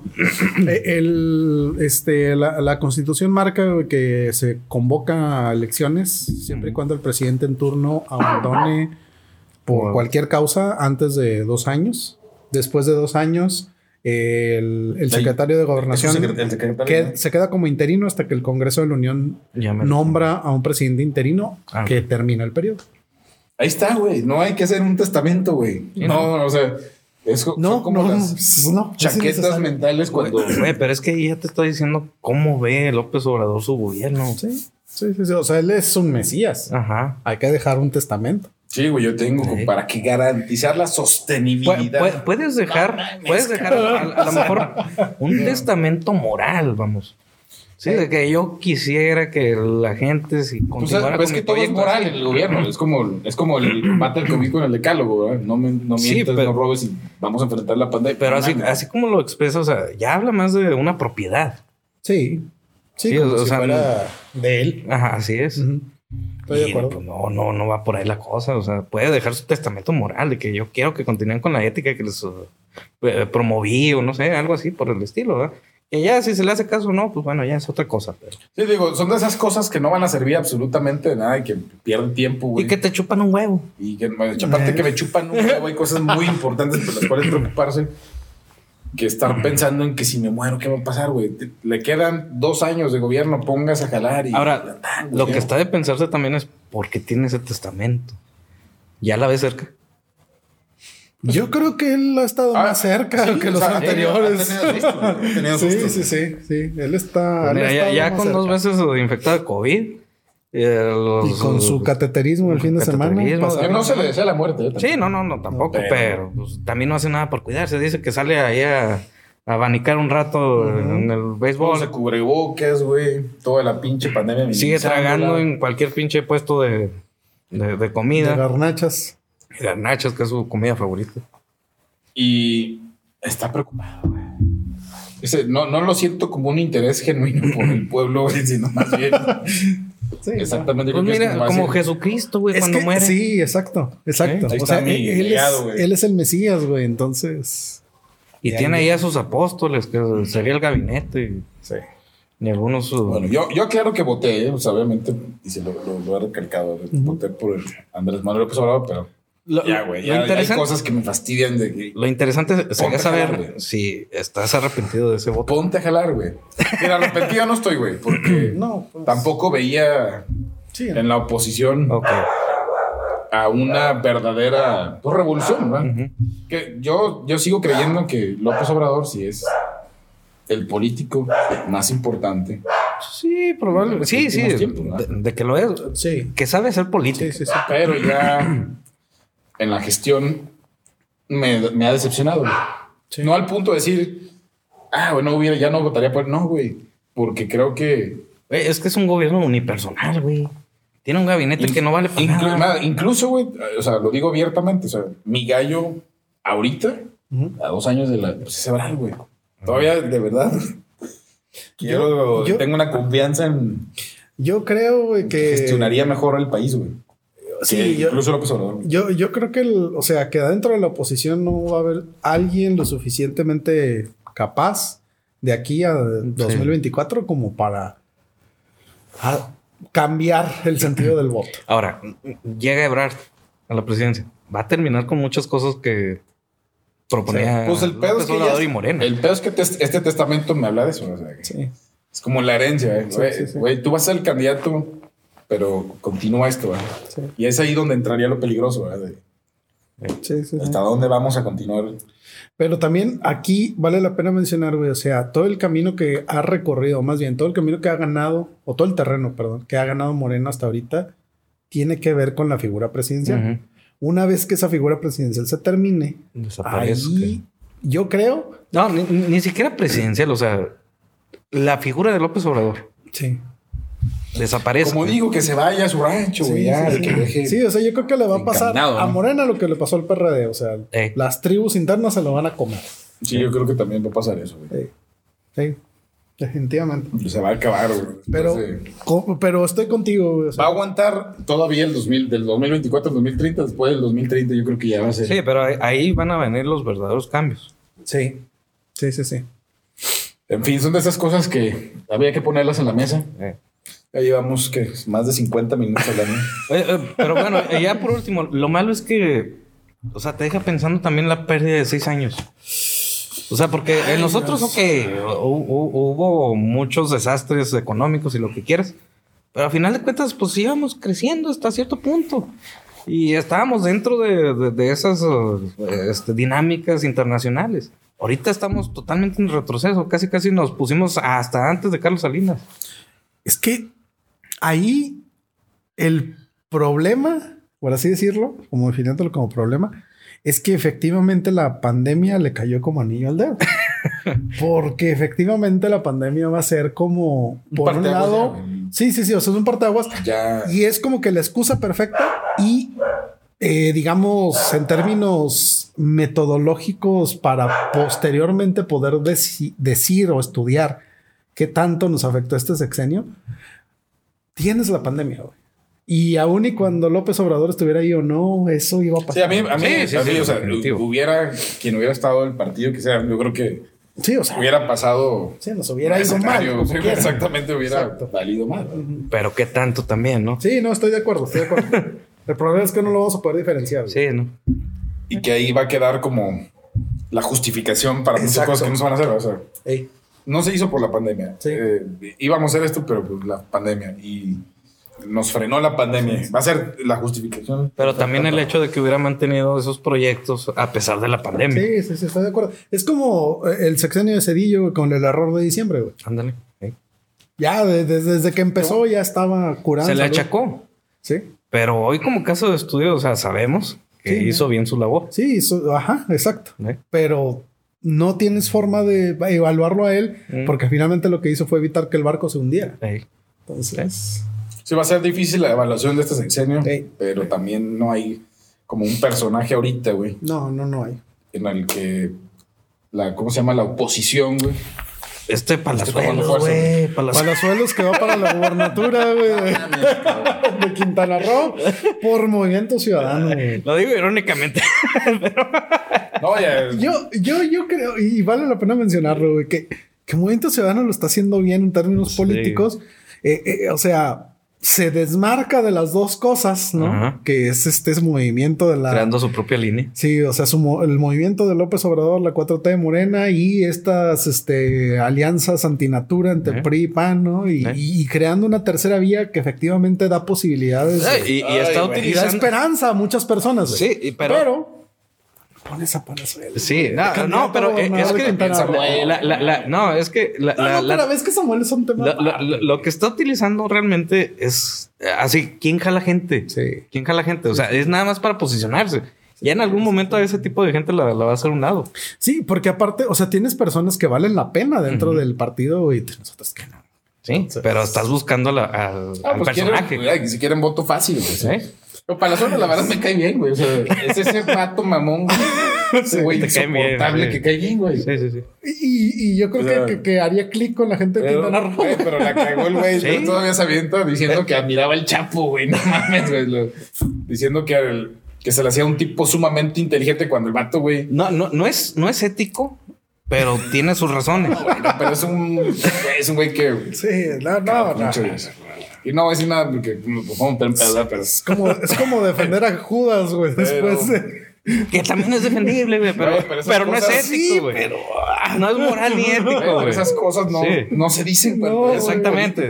La Constitución marca que se convoca a elecciones siempre y cuando el presidente en turno abandone por cualquier causa antes de 2 años. Después de 2 años, el secretario de Gobernación se queda como interino hasta que el Congreso de la Unión nombra a un presidente interino que termina el periodo. Ahí está, güey. No hay que hacer un testamento, güey. No, o sea... son como las chaquetas mentales cuando... Güey, pero es que ya te estoy diciendo cómo ve López Obrador su gobierno. Sí. O sea, él es un mesías. Ajá. Hay que dejar un testamento. Sí, güey, yo tengo para que garantizar la sostenibilidad. Puedes dejar a lo mejor un testamento moral, vamos. Sí, de que yo quisiera que la gente si continuara con que todo es moral en el gobierno. Es como el mata el cómico en el decálogo, ¿verdad? No mientas, no robes y vamos a enfrentar la pandemia. Pero así como lo expresa, o sea, ya habla más de una propiedad. Sí, como si fuera de él. Ajá, así es. Estoy de acuerdo. Pues no va por ahí la cosa. O sea, puede dejar su testamento moral de que yo quiero que continúen con la ética que les promoví o no sé, algo así por el estilo, ¿verdad? Y ya si se le hace caso o no, pues bueno, ya es otra cosa. Pero... Sí, digo, son de esas cosas que no van a servir absolutamente de nada y que pierden tiempo, güey. Y que te chupan un huevo. Y que, aparte que me chupan un huevo, hay cosas muy importantes por las cuales preocuparse que estar pensando en que si me muero, ¿qué va a pasar, güey? Le quedan 2 años de gobierno, pongas a jalar y... Ahora, lo que está de pensarse también es ¿por qué tiene ese testamento? ¿Ya la ves cerca? Yo creo que él ha estado más cerca que los anteriores. Sí. Él está... Pues mira, ya con 2 veces infectado de COVID. Y con su cateterismo el fin de semana. Que no se le desea la muerte. Sí, no, tampoco. Pero pues, también no hace nada por cuidarse. Dice que sale ahí a abanicar un rato en el béisbol. Se cubrebocas, güey. Toda la pinche pandemia. Sigue tragando en cualquier pinche puesto de comida. De garnachas. Garnachas, que es su comida favorita. Y está preocupado, güey. No lo siento como un interés genuino por el pueblo, güey, sino más bien... Sí, exactamente. Pues mira, como Jesucristo, güey, cuando muere. Sí, exacto. Ahí O sea, legado, él es el Mesías, güey, entonces... Y tiene ahí a sus apóstoles, que sería el gabinete. Sí. Y algunos... Bueno, yo claro que voté, o sea, obviamente, y se lo he recalcado, voté por Andrés Manuel López Obrador, pero ya, güey, ya hay cosas que me fastidian de que... Lo interesante sería saber jalar, si estás arrepentido de ese voto. Ponte a jalar, güey. Mira, arrepentido no estoy, güey, porque No, pues... tampoco veía en la oposición a una verdadera revolución, ¿verdad? Que yo sigo creyendo que López Obrador sí es el político más importante. Sí, probablemente. Sí, tiempos, ¿no? de que lo es. Sí. Que sabe ser político. Sí. Pero ya en la gestión me ha decepcionado, güey. Sí. No al punto de decir, bueno, ya no votaría por... No, güey. Porque creo que... Es que es un gobierno unipersonal, güey. Tiene un gabinete que no vale para nada. Incluso, güey, o sea, lo digo abiertamente, o sea, mi gallo ahorita, a 2 años de la... Pues es Ebrard, güey. Todavía, de verdad, tengo una confianza en... Yo creo, güey, que... gestionaría mejor el país, güey. Sí, incluso López Obrador. Yo creo que, o sea, que dentro de la oposición no va a haber alguien lo suficientemente capaz de aquí a 2024 como para cambiar el sentido del voto. Ahora, llega Ebrard a la presidencia. Va a terminar con muchas cosas que proponía pues el pedo López Obrador y Morena. El pedo es que este testamento me habla de eso. O sea, es como la herencia, güey. Tú vas a ser el candidato, pero continúa esto, ¿verdad? Sí. Y es ahí donde entraría lo peligroso, ¿verdad? ¿Hasta dónde vamos a continuar? Pero también aquí vale la pena mencionar, güey, o sea, todo el camino que ha recorrido, más bien todo el camino que ha ganado, o todo el terreno, perdón, que ha ganado Moreno hasta ahorita, tiene que ver con la figura presidencial. Una vez que esa figura presidencial se termine, ahí yo creo... No, ni siquiera presidencial, o sea, la figura de López Obrador. Sí. Desaparece. Como digo, que se vaya a su rancho, güey. Sí, o sea, yo creo que le va a pasar a Morena lo que le pasó al PRD. O sea, las tribus internas se lo van a comer. Sí, yo creo que también va a pasar eso, güey. Sí, definitivamente. Se va a acabar, güey. Pero estoy contigo, güey. O sea, va a aguantar todavía del 2024 al 2030. Después del 2030 yo creo que ya va a ser... Sí, pero ahí van a venir los verdaderos cambios. Sí. En fin, son de esas cosas que había que ponerlas en la mesa. Ya llevamos más de 50 minutos hablando. Pero bueno, ya por último, lo malo es que, o sea, te deja pensando también la pérdida de 6 años. O sea, porque en nosotros, hubo muchos desastres económicos y lo que quieras, pero al final de cuentas, pues íbamos creciendo hasta cierto punto. Y estábamos dentro de esas dinámicas internacionales. Ahorita estamos totalmente en retroceso. Casi nos pusimos hasta antes de Carlos Salinas. Es que ahí el problema, por así decirlo, como definiéndolo como problema, es que efectivamente la pandemia le cayó como anillo al dedo. Porque efectivamente la pandemia va a ser como, por un lado... Sí, o sea, es un parteaguas. Y es como que la excusa perfecta y, digamos, en términos metodológicos para posteriormente poder decir o estudiar qué tanto nos afectó este sexenio, tienes la pandemia, güey. Y aún y cuando López Obrador estuviera ahí o no, eso iba a pasar. Sí, a mí o sea, quien hubiera estado en el partido que sea, yo creo que hubiera pasado. Sí, nos hubiera ido mal. Exactamente, hubiera valido mal. Pero qué tanto también, ¿no? Sí, no, estoy de acuerdo. El problema es que no lo vamos a poder diferenciar. Sí, ¿no? Y que ahí va a quedar como la justificación para muchas cosas que no se van a hacer. O sea, no se hizo por la pandemia. Sí. Íbamos a hacer esto, pero pues la pandemia. Y nos frenó la pandemia. Va a ser la justificación. Pero también el hecho de que hubiera mantenido esos proyectos a pesar de la pandemia. Sí, estoy de acuerdo. Es como el sexenio de Cedillo con el error de diciembre, güey. Ándale. Ya desde que empezó ya estaba curando. Se le achacó. Sí. Pero hoy como caso de estudio, o sea, sabemos que hizo bien su labor. Sí, exacto. Pero no tienes forma de evaluarlo a él porque finalmente lo que hizo fue evitar que el barco se hundiera. Entonces... Sí, va a ser difícil la evaluación de este sexenio, pero también no hay como un personaje ahorita, güey. No hay. En el que ¿cómo se llama? La oposición, güey. Palazuelos, güey. Palazuelos que va para la gubernatura, güey, de Quintana Roo por Movimiento Ciudadano, güey. Lo digo irónicamente. Pero... No, ya... Yo creo, y vale la pena mencionarlo, güey, que Movimiento Ciudadano lo está haciendo bien en términos políticos. O sea... se desmarca de las dos cosas, ¿no? Ajá. Que es este movimiento de la... creando su propia línea. Sí, o sea, el movimiento de López Obrador, la 4T de Morena y estas alianzas antinatura entre PRI y PAN, ¿no? Y creando una tercera vía que efectivamente da posibilidades. Y está utilizando... Y da esperanza a muchas personas, güey. Sí, pero pones a Palazuelos. Sí, no, pero es que Samuel, no, es que pero ves que Samuel es un tema. Lo que está utilizando realmente es así, ¿quién jala gente? Sí. ¿Quién jala gente? O sea, es nada más para posicionarse. Ya en algún momento a ese tipo de gente la va a hacer a un lado. Sí, porque aparte, o sea, tienes personas que valen la pena dentro del partido y nosotros que no. Sí, entonces, pero estás buscando al personaje. Si quieren voto fácil, güey. ¿Sí? Pero Palazuelos, la verdad, me cae bien, güey. O sea, es ese vato mamón, güey. Ese güey insoportable que cae bien, güey. Sí. Y yo creo que haría clic con la gente de Quintana Roo. Pero la cagó el güey. ¿Sí? Todavía se avienta diciendo que admiraba el Chapo, güey. No mames, güey. Diciendo que se le hacía un tipo sumamente inteligente cuando el vato, güey. No es ético. Pero tiene sus razones. No, pero es un güey que... Sí, no. Y no voy a decir nada porque nos vamos a empezar, pero... Es como defender a Judas, güey, después de... Que también es defendible, güey, pero no es ético, güey. Pero no es moral ni ético, güey. Pero esas cosas no se dicen, güey. No, exactamente.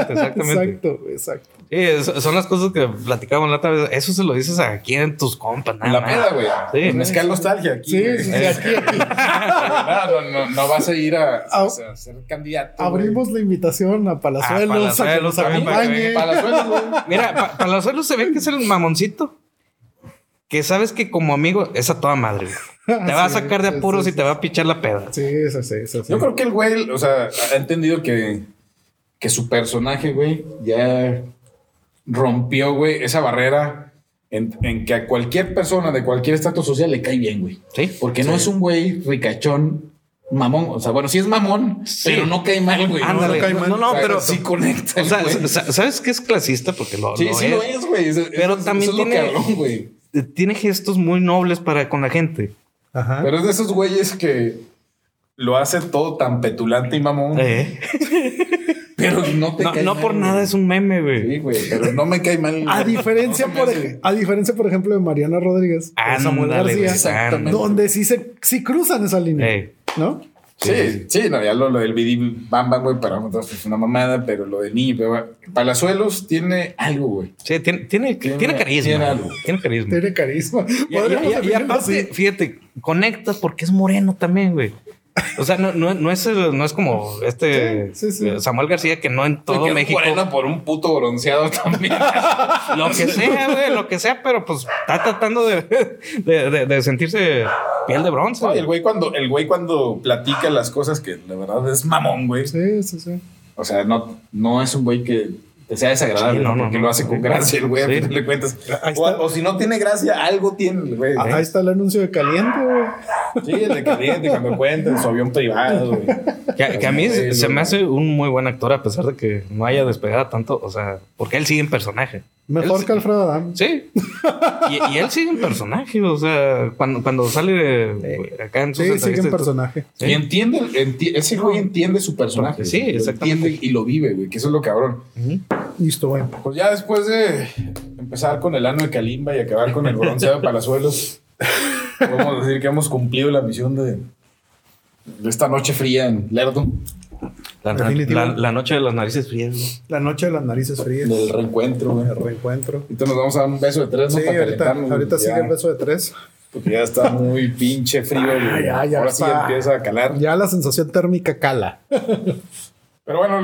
Exacto. Sí, son las cosas que platicábamos la otra vez. Eso se lo dices aquí en tus compas, nada más. En la peda, güey. Sí. En Mezcal Nostalgia. Aquí, sí, aquí. No vas a ir a ser candidato. Abrimos la invitación a Palazuelos a que nos acompañe. Palazuelos, güey. Mira, Palazuelos se ve que es el mamoncito. Que sabes que como amigo es a toda madre. Te va a sacar de apuros y te va a pichar la peda. Sí. Yo creo que el güey, o sea, ha entendido que su personaje, güey, ya rompió, güey, esa barrera en que a cualquier persona de cualquier estatus social le cae bien, güey. Sí. Porque no es un güey ricachón, mamón. O sea, bueno, sí es mamón, pero no cae mal, güey. Ándale. No cae mal. No, pero sí conecta. O sea, ¿sabes qué es clasista? Porque lo es, güey. Pero también tiene... cabrón, güey. Tiene gestos muy nobles con la gente. Ajá. Pero es de esos güeyes que lo hace todo tan petulante y mamón. Pero no te cae no mal, por nada güey. Es un meme, güey. Sí, güey, pero no me cae mal. A diferencia, por ejemplo, de Mariana Rodríguez, Samuel García, exactamente. Donde sí cruzan esa línea, ¿no? Sí, no, ya lo del Bidi Bam Bam, güey, para nosotros es una mamada, pero lo del niño, Palazuelos tiene algo, güey. Sí, tiene carisma. Tiene algo. Tiene carisma. Y aparte, fíjate, conectas porque es moreno también, güey. O sea, no es como Samuel García, que no en todo que México. Moreno por un puto bronceado también. lo que sea, pero pues está tratando de sentirse piel de bronce. No, el güey cuando platica las cosas que la verdad es mamón, güey. Sí. O sea, no es un güey que te sea desagradable, porque lo hace con gracia el güey, a fin de cuentas. O si no tiene gracia, algo tiene el güey. Ahí está el anuncio de Caliente, güey. Sí, el de Caliente, cuando cuenta su avión privado, güey. Que a mí se me hace un muy buen actor, a pesar de que no haya despegado tanto, o sea, porque él sigue en personaje. Mejor que Alfredo Adame. Sí. Y él sigue en personaje, o sea, cuando sale acá en sus entrevistas. Sí, sigue en personaje. Sí. Y entiende, ese güey entiende su personaje. Sí, exactamente. Entiende y lo vive, güey, que eso es lo cabrón. Listo, güey. Pues ya después de empezar con el ano de Kalimba y acabar con el bronceado de Palazuelos, podemos decir que hemos cumplido la misión de esta noche fría en Lerdo. La noche de las narices frías, ¿no? La noche de las narices frías. Del reencuentro, güey. El reencuentro. Entonces nos vamos a dar un beso de 3, ¿no? Sí, ahorita sigue el beso de 3. Porque ya está muy pinche frío. Ya ahora está. sí empieza a calar. Ya la sensación térmica cala. Pero bueno,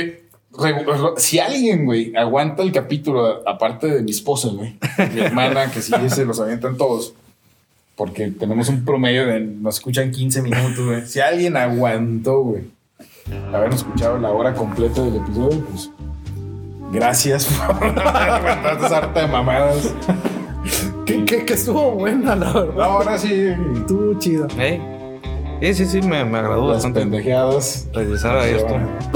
si alguien, güey, aguanta el capítulo, aparte de mi esposa, güey, mi hermana, que sí se los avientan todos, porque tenemos un promedio de nos escuchan 15 minutos, güey. Si alguien aguantó, güey, habernos escuchado la hora completa del episodio, pues gracias por aguantar esta sarta de mamadas. Que estuvo buena, la verdad. Ahora sí. Estuvo chida. Sí, me agradó Las bastante. pendejeadas. Regresar a esto.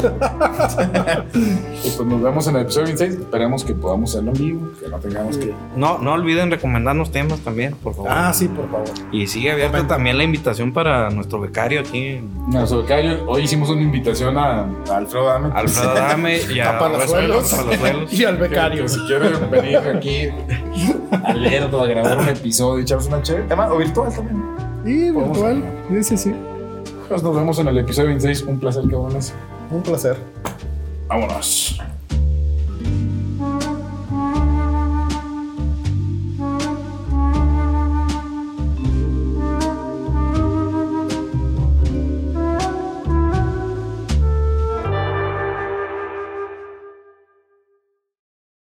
Y pues nos vemos en el episodio 26. Esperemos que podamos hacerlo en vivo, que no tengamos que... No olviden recomendarnos temas también, por favor. Sí, por favor. Y sigue abierta también la invitación para nuestro becario aquí. Nuestro becario, hoy hicimos una invitación a Alfredo Adame. Alfredo Adame y a Palazuelos. Palazuelos. Y al becario. Que si quieren venir aquí a leerlo, a grabar un episodio y echarnos una chévere. Además, o virtual también. Y virtual. Sí. Pues nos vemos en el episodio 26. Un placer, cabrones. Un placer. Vámonos.